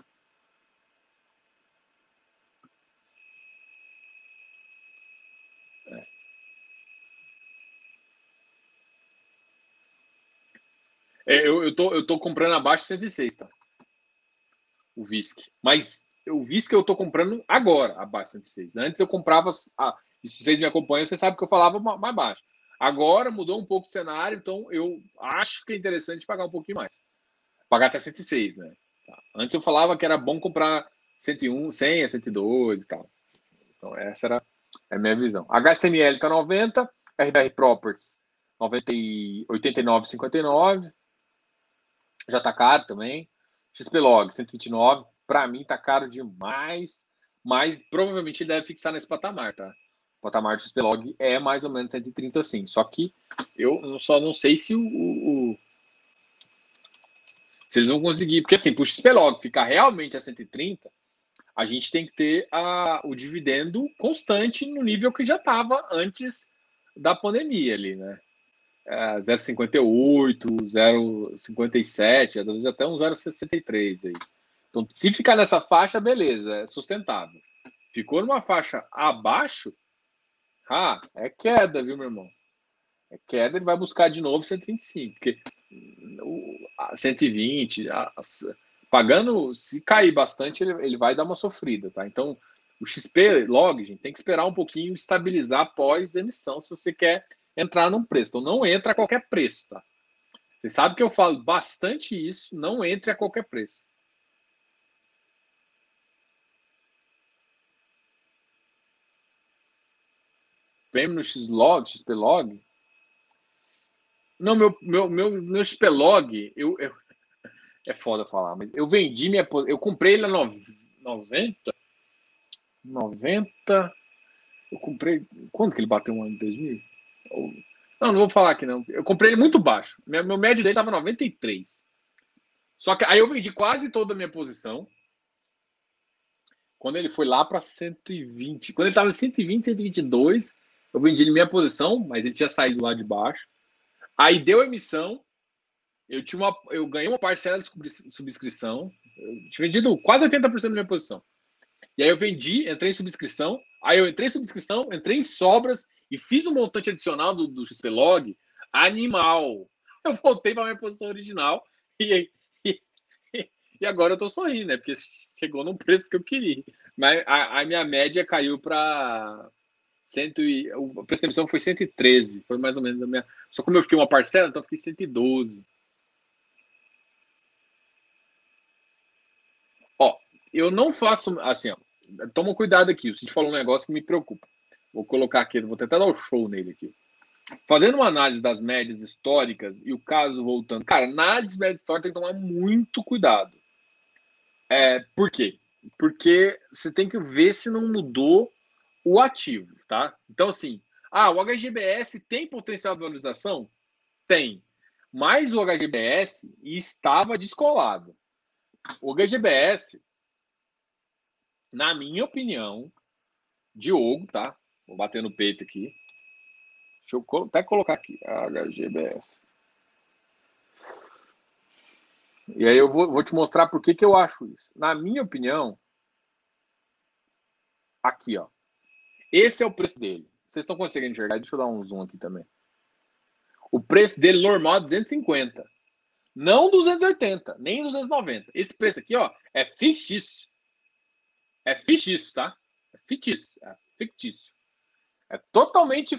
Eu tô comprando abaixo de 106, tá? O VISC. Mas o VISC eu tô comprando agora, abaixo de 106. Antes eu comprava. E se vocês me acompanham, vocês sabem que eu falava mais baixo. Agora mudou um pouco o cenário, então eu acho que é interessante pagar um pouquinho mais. Pagar até 106, né? Tá. Antes eu falava que era bom comprar 101, 100 a 102 e tal. Então essa era a minha visão. HSML tá 90, RBR Properties 89,59. Já tá caro também. XPlog 129, para mim tá caro demais, mas provavelmente ele deve fixar nesse patamar, tá? O patamar do XPlog é mais ou menos 130 sim. Só que eu só não sei se se eles vão conseguir, porque assim, para o XPlog ficar realmente a 130, a gente tem que ter o dividendo constante no nível que já estava antes da pandemia ali, né? 0,58, 0,57, às vezes até um 0,63 aí. Então, se ficar nessa faixa, beleza, é sustentável. Ficou numa faixa abaixo, é queda, viu, meu irmão? É queda, ele vai buscar de novo 125, porque 120, pagando, se cair bastante, ele vai dar uma sofrida, tá? Então, o XP log, gente, tem que esperar um pouquinho estabilizar após emissão, se você quer entrar num preço. Então, não entra a qualquer preço, tá? Você sabe que eu falo bastante isso, não entre a qualquer preço. Prêmio no XP log. Não, meu XP log, é foda falar, mas eu vendi eu comprei ele a 90, 90. Eu comprei. Quando que ele bateu um ano? 2000? Não vou falar aqui não. Eu comprei ele muito baixo. Meu médio dele estava 93. Só que aí eu vendi quase toda a minha posição. Quando ele foi lá para 120. Quando ele estava em 120, 122, eu vendi ele minha posição, mas ele tinha saído lá de baixo. Aí deu emissão. Eu ganhei uma parcela de subscrição. Eu tinha vendido quase 80% da minha posição. E aí eu vendi, entrei em subscrição. Aí eu entrei em subscrição, entrei em sobras e fiz um montante adicional do XPlog animal. Eu voltei para minha posição original e, e, e agora eu tô sorrindo, né? Porque chegou no preço que eu queria. Mas a minha média caiu para o preço da emissão foi 113, foi mais ou menos a minha. Só como eu fiquei uma parcela, então eu fiquei 112. Ó, eu não faço assim, ó. Toma cuidado aqui. O Cid falou um negócio que me preocupa. Vou colocar aqui, vou tentar dar o show nele aqui. Fazendo uma análise das médias históricas e o caso voltando. Cara, análise de média histórica tem que tomar muito cuidado. Por quê? Porque você tem que ver se não mudou o ativo, tá? Então, assim, o HGBS tem potencial de valorização? Tem. Mas o HGBS estava descolado. O HGBS, na minha opinião, Diogo, tá? Vou bater no peito aqui. Deixa eu até colocar aqui, HGBS. E aí eu vou te mostrar por que eu acho isso. Na minha opinião, aqui, ó. Esse é o preço dele. Vocês estão conseguindo enxergar? Deixa eu dar um zoom aqui também. O preço dele normal é 250. Não 280, nem 290. Esse preço aqui, ó, é fictício. É fictício, tá? É fictício. É fictício. É totalmente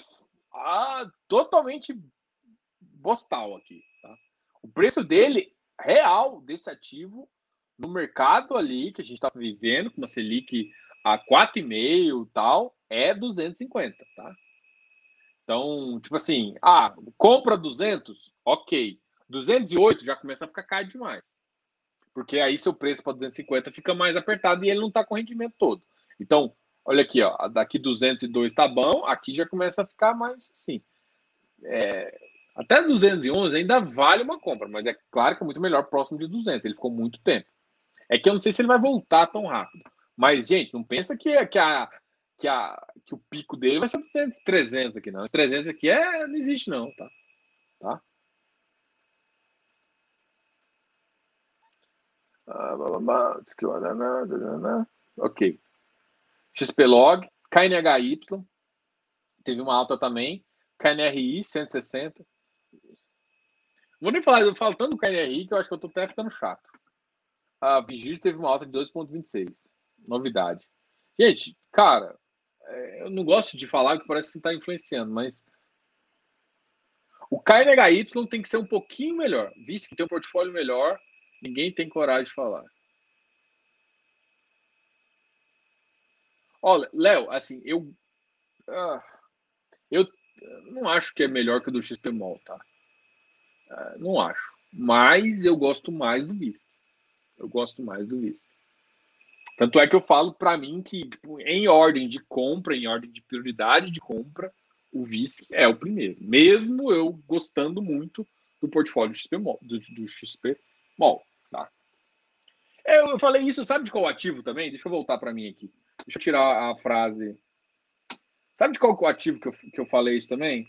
bostal aqui, tá? O preço dele, real, desse ativo, no mercado ali que a gente está vivendo, com uma Selic a 4,5 e tal, é 250, tá? Então, tipo assim, compra 200, ok. 208 já começa a ficar caro demais. Porque aí seu preço para 250 fica mais apertado e ele não está com o rendimento todo. Então, olha aqui, ó, daqui 202 tá bom, aqui já começa a ficar mais assim. Até 211 ainda vale uma compra, mas é claro que é muito melhor próximo de 200. Ele ficou muito tempo. É que eu não sei se ele vai voltar tão rápido. Mas, gente, não pensa que que o pico dele vai ser 200, 300 aqui, não. Esse 300 aqui não existe, não, tá? Tá? Ok. XPlog, KNHY, teve uma alta também. KNRI, 160. Não vou nem falar, eu falo tanto do KNRI que eu acho que eu tô até ficando chato. A Vigir teve uma alta de 2,26. Novidade. Gente, cara, eu não gosto de falar que parece que está influenciando, mas o KNHY tem que ser um pouquinho melhor. Visto que tem um portfólio melhor, ninguém tem coragem de falar. Olha, Léo, assim, eu não acho que é melhor que o do XPMOL, tá? Não acho. Mas eu gosto mais do VISC. Eu gosto mais do VISC. Tanto é que eu falo para mim que, tipo, em ordem de compra, em ordem de prioridade de compra, o VISC é o primeiro. Mesmo eu gostando muito do portfólio do XPMOL. Do XPMOL, tá? Eu falei isso, sabe de qual ativo também? Deixa eu voltar para mim aqui. Deixa eu tirar a frase. Sabe de qual ativo que eu falei isso também?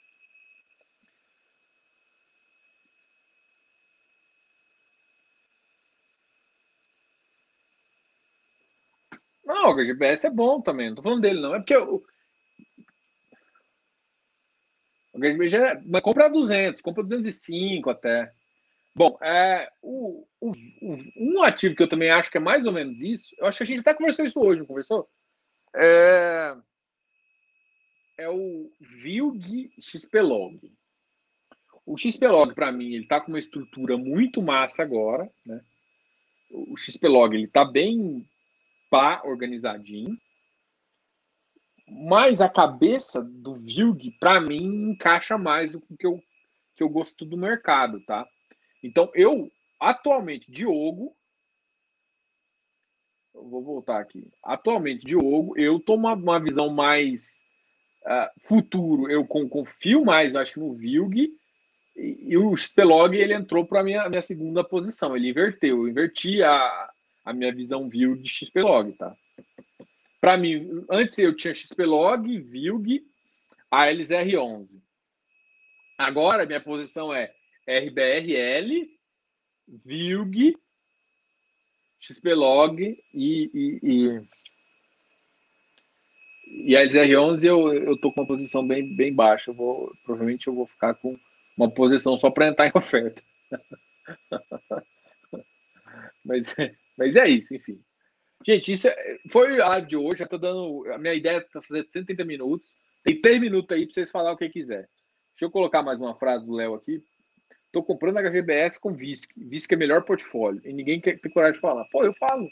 Não, o HGBS é bom também, não tô falando dele, não. É porque o HGBS mas compra 200, compra 205 até. Bom, um ativo que eu também acho que é mais ou menos isso, eu acho que a gente até conversou isso hoje, não conversou? É o VILG XPlog. O XPlog, para mim, ele está com uma estrutura muito massa agora, né? O XPlog, ele está bem pá, organizadinho, mas a cabeça do VILG, para mim, encaixa mais do que eu gosto do mercado, tá? Então, atualmente, Diogo, eu vou voltar aqui. Atualmente, Diogo, eu tomo uma visão mais futuro. Eu confio mais, acho que no VILG, e o XPlog, ele entrou para a minha segunda posição. Ele inverteu. Eu inverti a minha visão VILG de XPlog, tá? Para mim, antes eu tinha XPlog, VILG, ALSR11. Agora, minha posição é RBRL, VILG, XPlog e a LZR11 eu tô com uma posição bem baixa. Provavelmente eu vou ficar com uma posição só para entrar em oferta. mas é isso, enfim. Gente, foi a de hoje. Já tô dando. A minha ideia é fazer 130 minutos. Tem 3 minutos aí para vocês falar o que quiser. Deixa eu colocar mais uma frase do Léo aqui. Tô comprando HGBS com VISC. VISC é melhor portfólio. E ninguém tem coragem de falar. Pô, eu falo.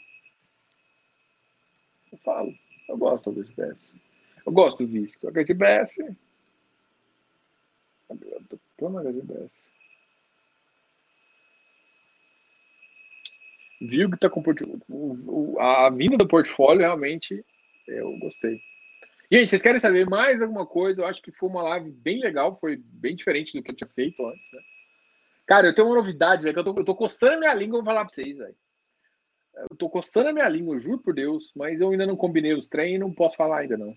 Eu falo. Eu gosto do HGBS. Eu gosto do VISC. O HGBS. Eu tô comprando HGBS. Viu que tá com a vinda do portfólio, realmente, eu gostei. Gente, vocês querem saber mais alguma coisa? Eu acho que foi uma live bem legal, foi bem diferente do que eu tinha feito antes, né? Cara, eu tenho uma novidade, velho, que eu tô coçando a minha língua, vou falar pra vocês, velho. Eu tô coçando a minha língua, juro por Deus, mas eu ainda não combinei os trem e não posso falar ainda, não.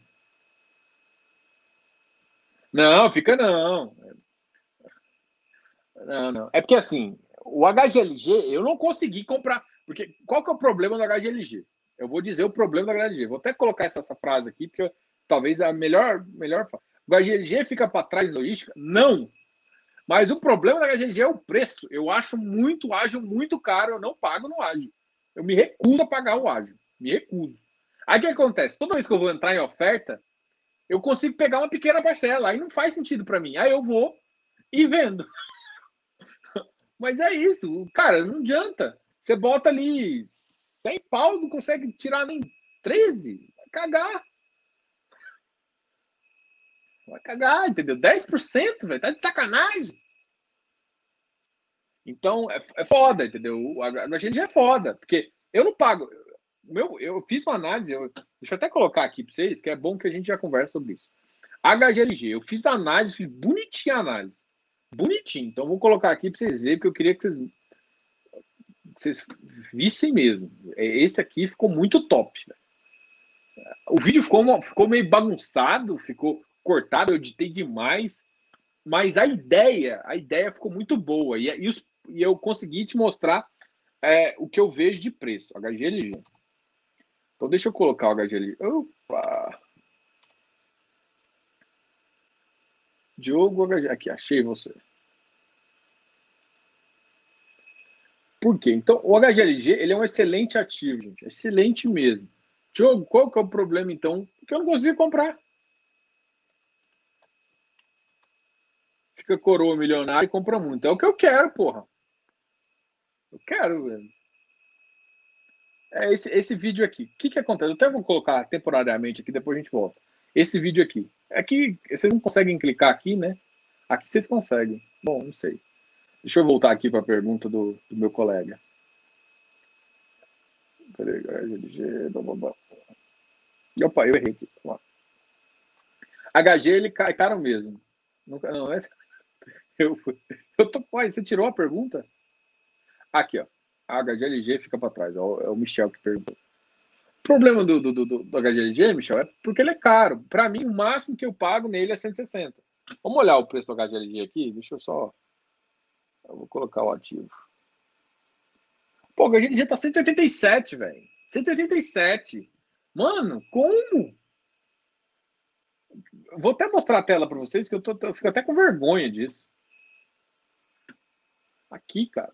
Não, fica não. Não, não. É porque assim, o HGLG, eu não consegui comprar. Porque qual que é o problema do HGLG? Eu vou dizer o problema do HGLG. Vou até colocar essa frase aqui, porque talvez a melhor. O HGLG fica para trás da logística? Não. Mas o problema do HGLG é o preço. Eu acho muito ágil, muito caro. Eu não pago no ágil. Eu me recuso a pagar o ágil. Me recuso. Aí o que acontece? Toda vez que eu vou entrar em oferta, eu consigo pegar uma pequena parcela. Aí não faz sentido para mim. Aí eu vou e vendo. Mas é isso, cara, não adianta. Você bota ali 100 pau, não consegue tirar nem 13. Vai cagar. Vai cagar, entendeu? 10%, velho, tá de sacanagem. Então, é foda, entendeu? A gente é foda, porque eu não pago. Eu fiz uma análise, deixa eu até colocar aqui para vocês, que é bom que a gente já conversa sobre isso. HGLG, eu fiz a análise, fiz bonitinha a análise. Bonitinho. Então, vou colocar aqui para vocês verem, porque eu queria que vocês vissem mesmo. Esse aqui ficou muito top. O vídeo ficou meio bagunçado, ficou cortado, eu editei demais, mas a ideia ficou muito boa. E eu consegui te mostrar o que eu vejo de preço, HGLG. Então deixa eu colocar o HGLG. Opa! Diogo HGLG. Aqui, achei você. Por quê? Então, o HGLG ele é um excelente ativo, gente. Excelente mesmo. Diogo, qual que é o problema, então? Porque eu não consigo comprar. Fica coroa milionário e compra muito. É o que eu quero, porra. Eu quero, velho. É esse vídeo aqui. O que acontece? Eu até vou colocar temporariamente aqui, depois a gente volta. Esse vídeo aqui. Aqui, vocês não conseguem clicar aqui, né? Aqui vocês conseguem. Bom, não sei. Deixa eu voltar aqui para a pergunta do meu colega. Peraí, HGLG, Opa, eu errei aqui. HG, ele cai caro mesmo. Não é? Eu tô. Pai, você tirou a pergunta? Aqui, ó. A HGLG fica para trás. Ó, é o Michel que perguntou. O problema do HGLG, Michel, é porque ele é caro. Para mim, o máximo que eu pago nele é 160. Vamos olhar o preço do HGLG aqui? Deixa eu só. Eu vou colocar o ativo. Pô, o HGLG tá 187, velho. 187. Mano, como? Vou até mostrar a tela para vocês, que eu fico até com vergonha disso. Aqui, cara.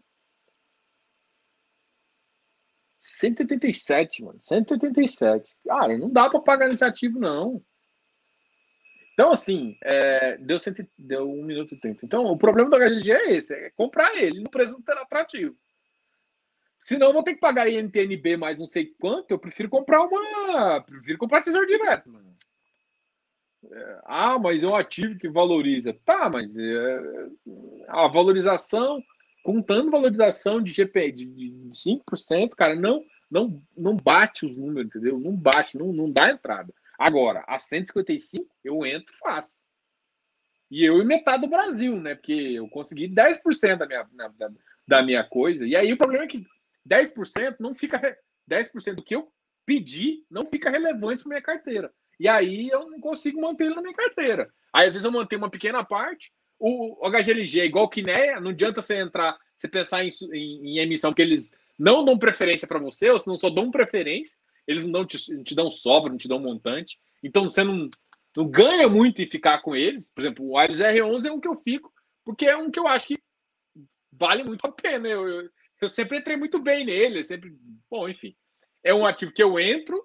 187, mano. 187. Cara, não dá para pagar nesse ativo, não. Então, assim, deu 1 minuto e 30. Então, o problema do HGG é esse: é comprar ele no preço atrativo. Senão, eu vou ter que pagar INTNB mais não sei quanto. Eu prefiro comprar tesouro direto, mano. Mas é um ativo que valoriza. Tá, mas a valorização, contando valorização de GPI de 5%, cara, não bate os números, entendeu? Não bate, não dá entrada. Agora, a 155, eu entro fácil. E eu e metade do Brasil, né? Porque eu consegui 10% da minha coisa. E aí o problema é que 10% não fica. 10% do que eu pedi não fica relevante na minha carteira. E aí eu não consigo manter ele na minha carteira. Aí às vezes eu mantenho uma pequena parte. O HGLG é igual que Kinea, não adianta você entrar, você pensar em emissão, porque eles não dão preferência para você, ou se não só dão preferência, eles não te dão sobra, não te dão montante. Então você não ganha muito em ficar com eles. Por exemplo, o Ares R11 é um que eu fico, porque é um que eu acho que vale muito a pena. Eu sempre entrei muito bem nele, sempre. Bom, enfim. É um ativo que eu entro.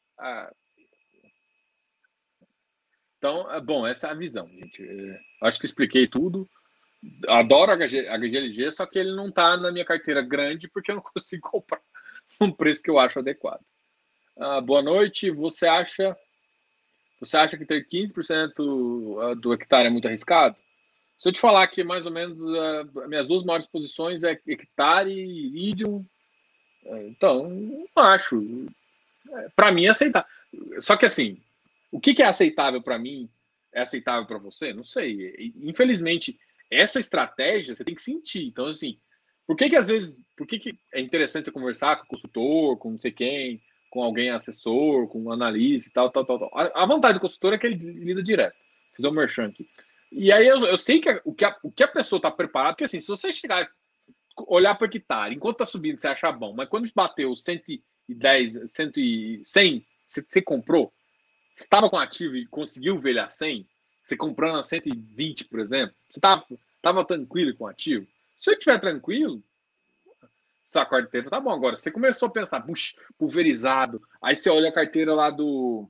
Então, bom, essa é a visão, gente. Acho que expliquei tudo. Adoro HGLG, só que ele não está na minha carteira grande porque eu não consigo comprar um preço que eu acho adequado. Boa noite. Você acha que ter 15% do hectare é muito arriscado? Se eu te falar que mais ou menos as minhas duas maiores posições é hectare e iridium, então, não acho. Para mim é aceitável. Só que assim, o que é aceitável para mim é aceitável para você? Não sei. Infelizmente, essa estratégia você tem que sentir. Então, assim, por que é interessante você conversar com o consultor, com não sei quem, com alguém assessor, com um analista e tal, tal, tal, tal. A vantagem do consultor é que ele lida direto. Vou fazer um merchan aqui. E aí eu sei que o que a pessoa está preparada, porque assim, se você chegar e olhar para o hectare, enquanto está subindo, você achar bom, mas quando bateu 110, 100, você comprou, você estava com ativo e conseguiu ver ele a 100, você comprando a 120, por exemplo, você estava tranquilo com o ativo? Se você estiver tranquilo, sua carteira tá bom. Agora, você começou a pensar, puxa, pulverizado, aí você olha a carteira lá do.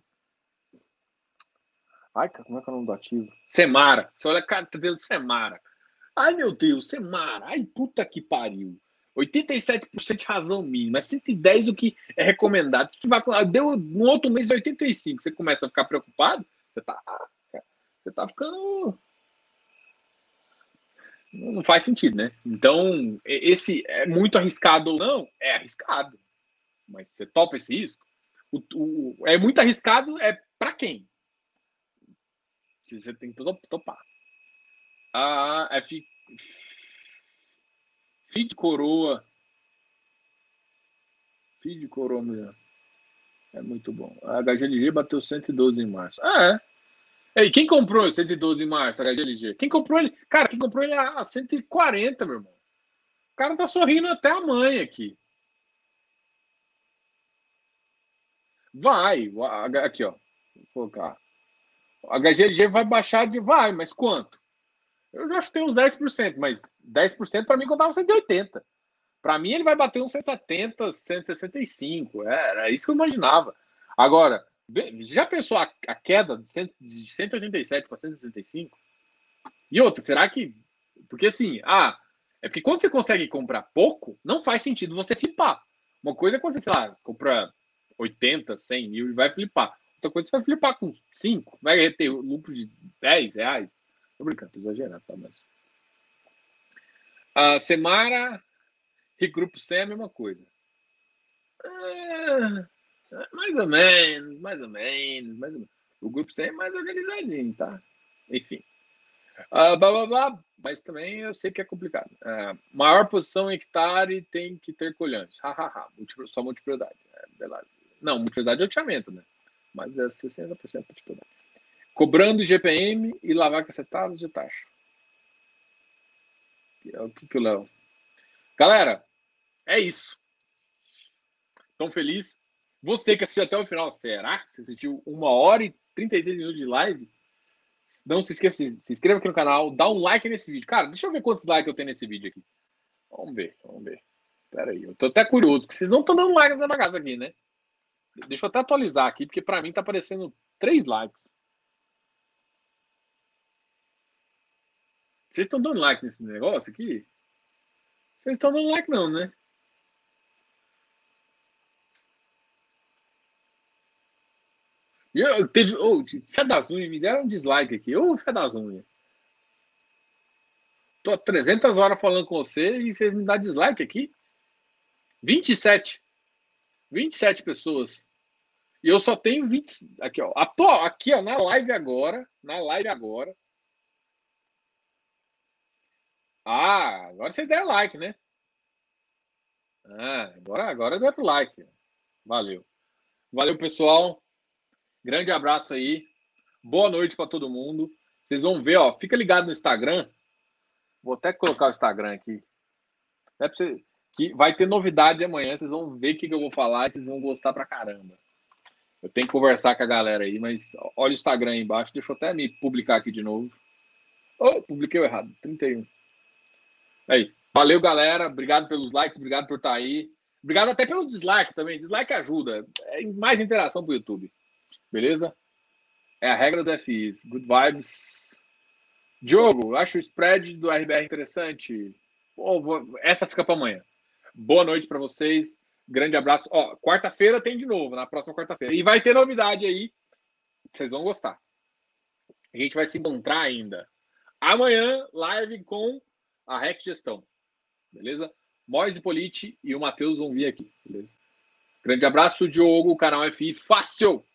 Ai, como é que é o nome do ativo? Semara. Você olha a carteira do Semara. Ai, meu Deus, Semara. Ai, puta que pariu. 87% de razão mínima. É 110 o que é recomendado. O que vai deu no outro mês 85. Você começa a ficar preocupado. Você tá ficando. Não faz sentido, né? Então, esse é muito arriscado ou não? É arriscado. Mas você topa esse risco? É muito arriscado, é para quem? Você tem que topar. É feed coroa. Feed coroa, mulher. É muito bom. A HGLG bateu 112 em março. Ah, é. E quem comprou 112 em março, a HGLG? Quem comprou ele? Cara, quem comprou ele a 140, meu irmão. O cara tá sorrindo até a mãe aqui. Vai. Aqui, ó. Vou colocar. A HGLG vai baixar de. Vai, mas quanto? Eu já chutei uns 10%, mas 10% para mim contava 180. Para mim, ele vai bater uns 170, 165. Era isso que eu imaginava. Agora, já pensou a queda de 187 para 165? E outra, será que. Porque assim, é porque quando você consegue comprar pouco, não faz sentido você flipar. Uma coisa é quando você, sei lá, compra 80, 100 mil e vai flipar. Outra coisa é você vai flipar com 5, vai ter lucro de 10 reais. Tô brincando, tô exagerando, tá? Mas. A Semara e Grupo C é a mesma coisa. Mais ou menos, mais ou menos, mais ou menos. O Grupo C é mais organizadinho, tá? Enfim. Blá, blá, blá, mas também eu sei que é complicado. Maior posição em hectare tem que ter colhões. Hahaha. Só multiplicidade. Não, multiplicidade é loteamento, né? Mas é 60% multiplicidade. Cobrando GPM e lavar cacetadas de taxa. O que eu levo? Galera, é isso. Tão feliz? Você que assistiu até o final, será que você assistiu 1h e 36 minutos de live? Não se esqueça, se inscreva aqui no canal, dá um like nesse vídeo. Cara, deixa eu ver quantos likes eu tenho nesse vídeo aqui. Vamos ver, vamos ver. Pera aí, eu tô até curioso, porque vocês não estão dando like nessa bagaça aqui, né? Deixa eu até atualizar aqui, porque pra mim tá aparecendo 3 likes. Vocês estão dando like nesse negócio aqui? Vocês estão dando like não, né? Fé das unhas, me deram um dislike aqui. Fé das unhas. Tô há 300 horas falando com você e vocês me dão dislike aqui? 27. 27 pessoas. E eu só tenho 20. Aqui, ó. Aqui, ó, na live agora. Na live agora. Agora vocês deram like, né? Agora deu pro like. Valeu. Valeu, pessoal. Grande abraço aí. Boa noite para todo mundo. Vocês vão ver, ó. Fica ligado no Instagram. Vou até colocar o Instagram aqui. É pra você, que vai ter novidade amanhã. Vocês vão ver o que eu vou falar e vocês vão gostar pra caramba. Eu tenho que conversar com a galera aí, mas olha o Instagram aí embaixo. Deixa eu até me publicar aqui de novo. Publiquei errado. 31. Aí. Valeu, galera. Obrigado pelos likes. Obrigado por estar aí. Obrigado até pelo dislike também. Dislike ajuda. É mais interação pro YouTube. Beleza? É a regra do FIs. Good vibes. Diogo, acho o spread do RBR interessante. Essa fica para amanhã. Boa noite para vocês. Grande abraço. Quarta-feira tem de novo, na próxima quarta-feira. E vai ter novidade aí. Vocês vão gostar. A gente vai se encontrar ainda. Amanhã, live com a REC Gestão. Beleza? Mois e Politi e o Matheus vão vir aqui. Beleza? Grande abraço, Diogo, canal FI Fácil.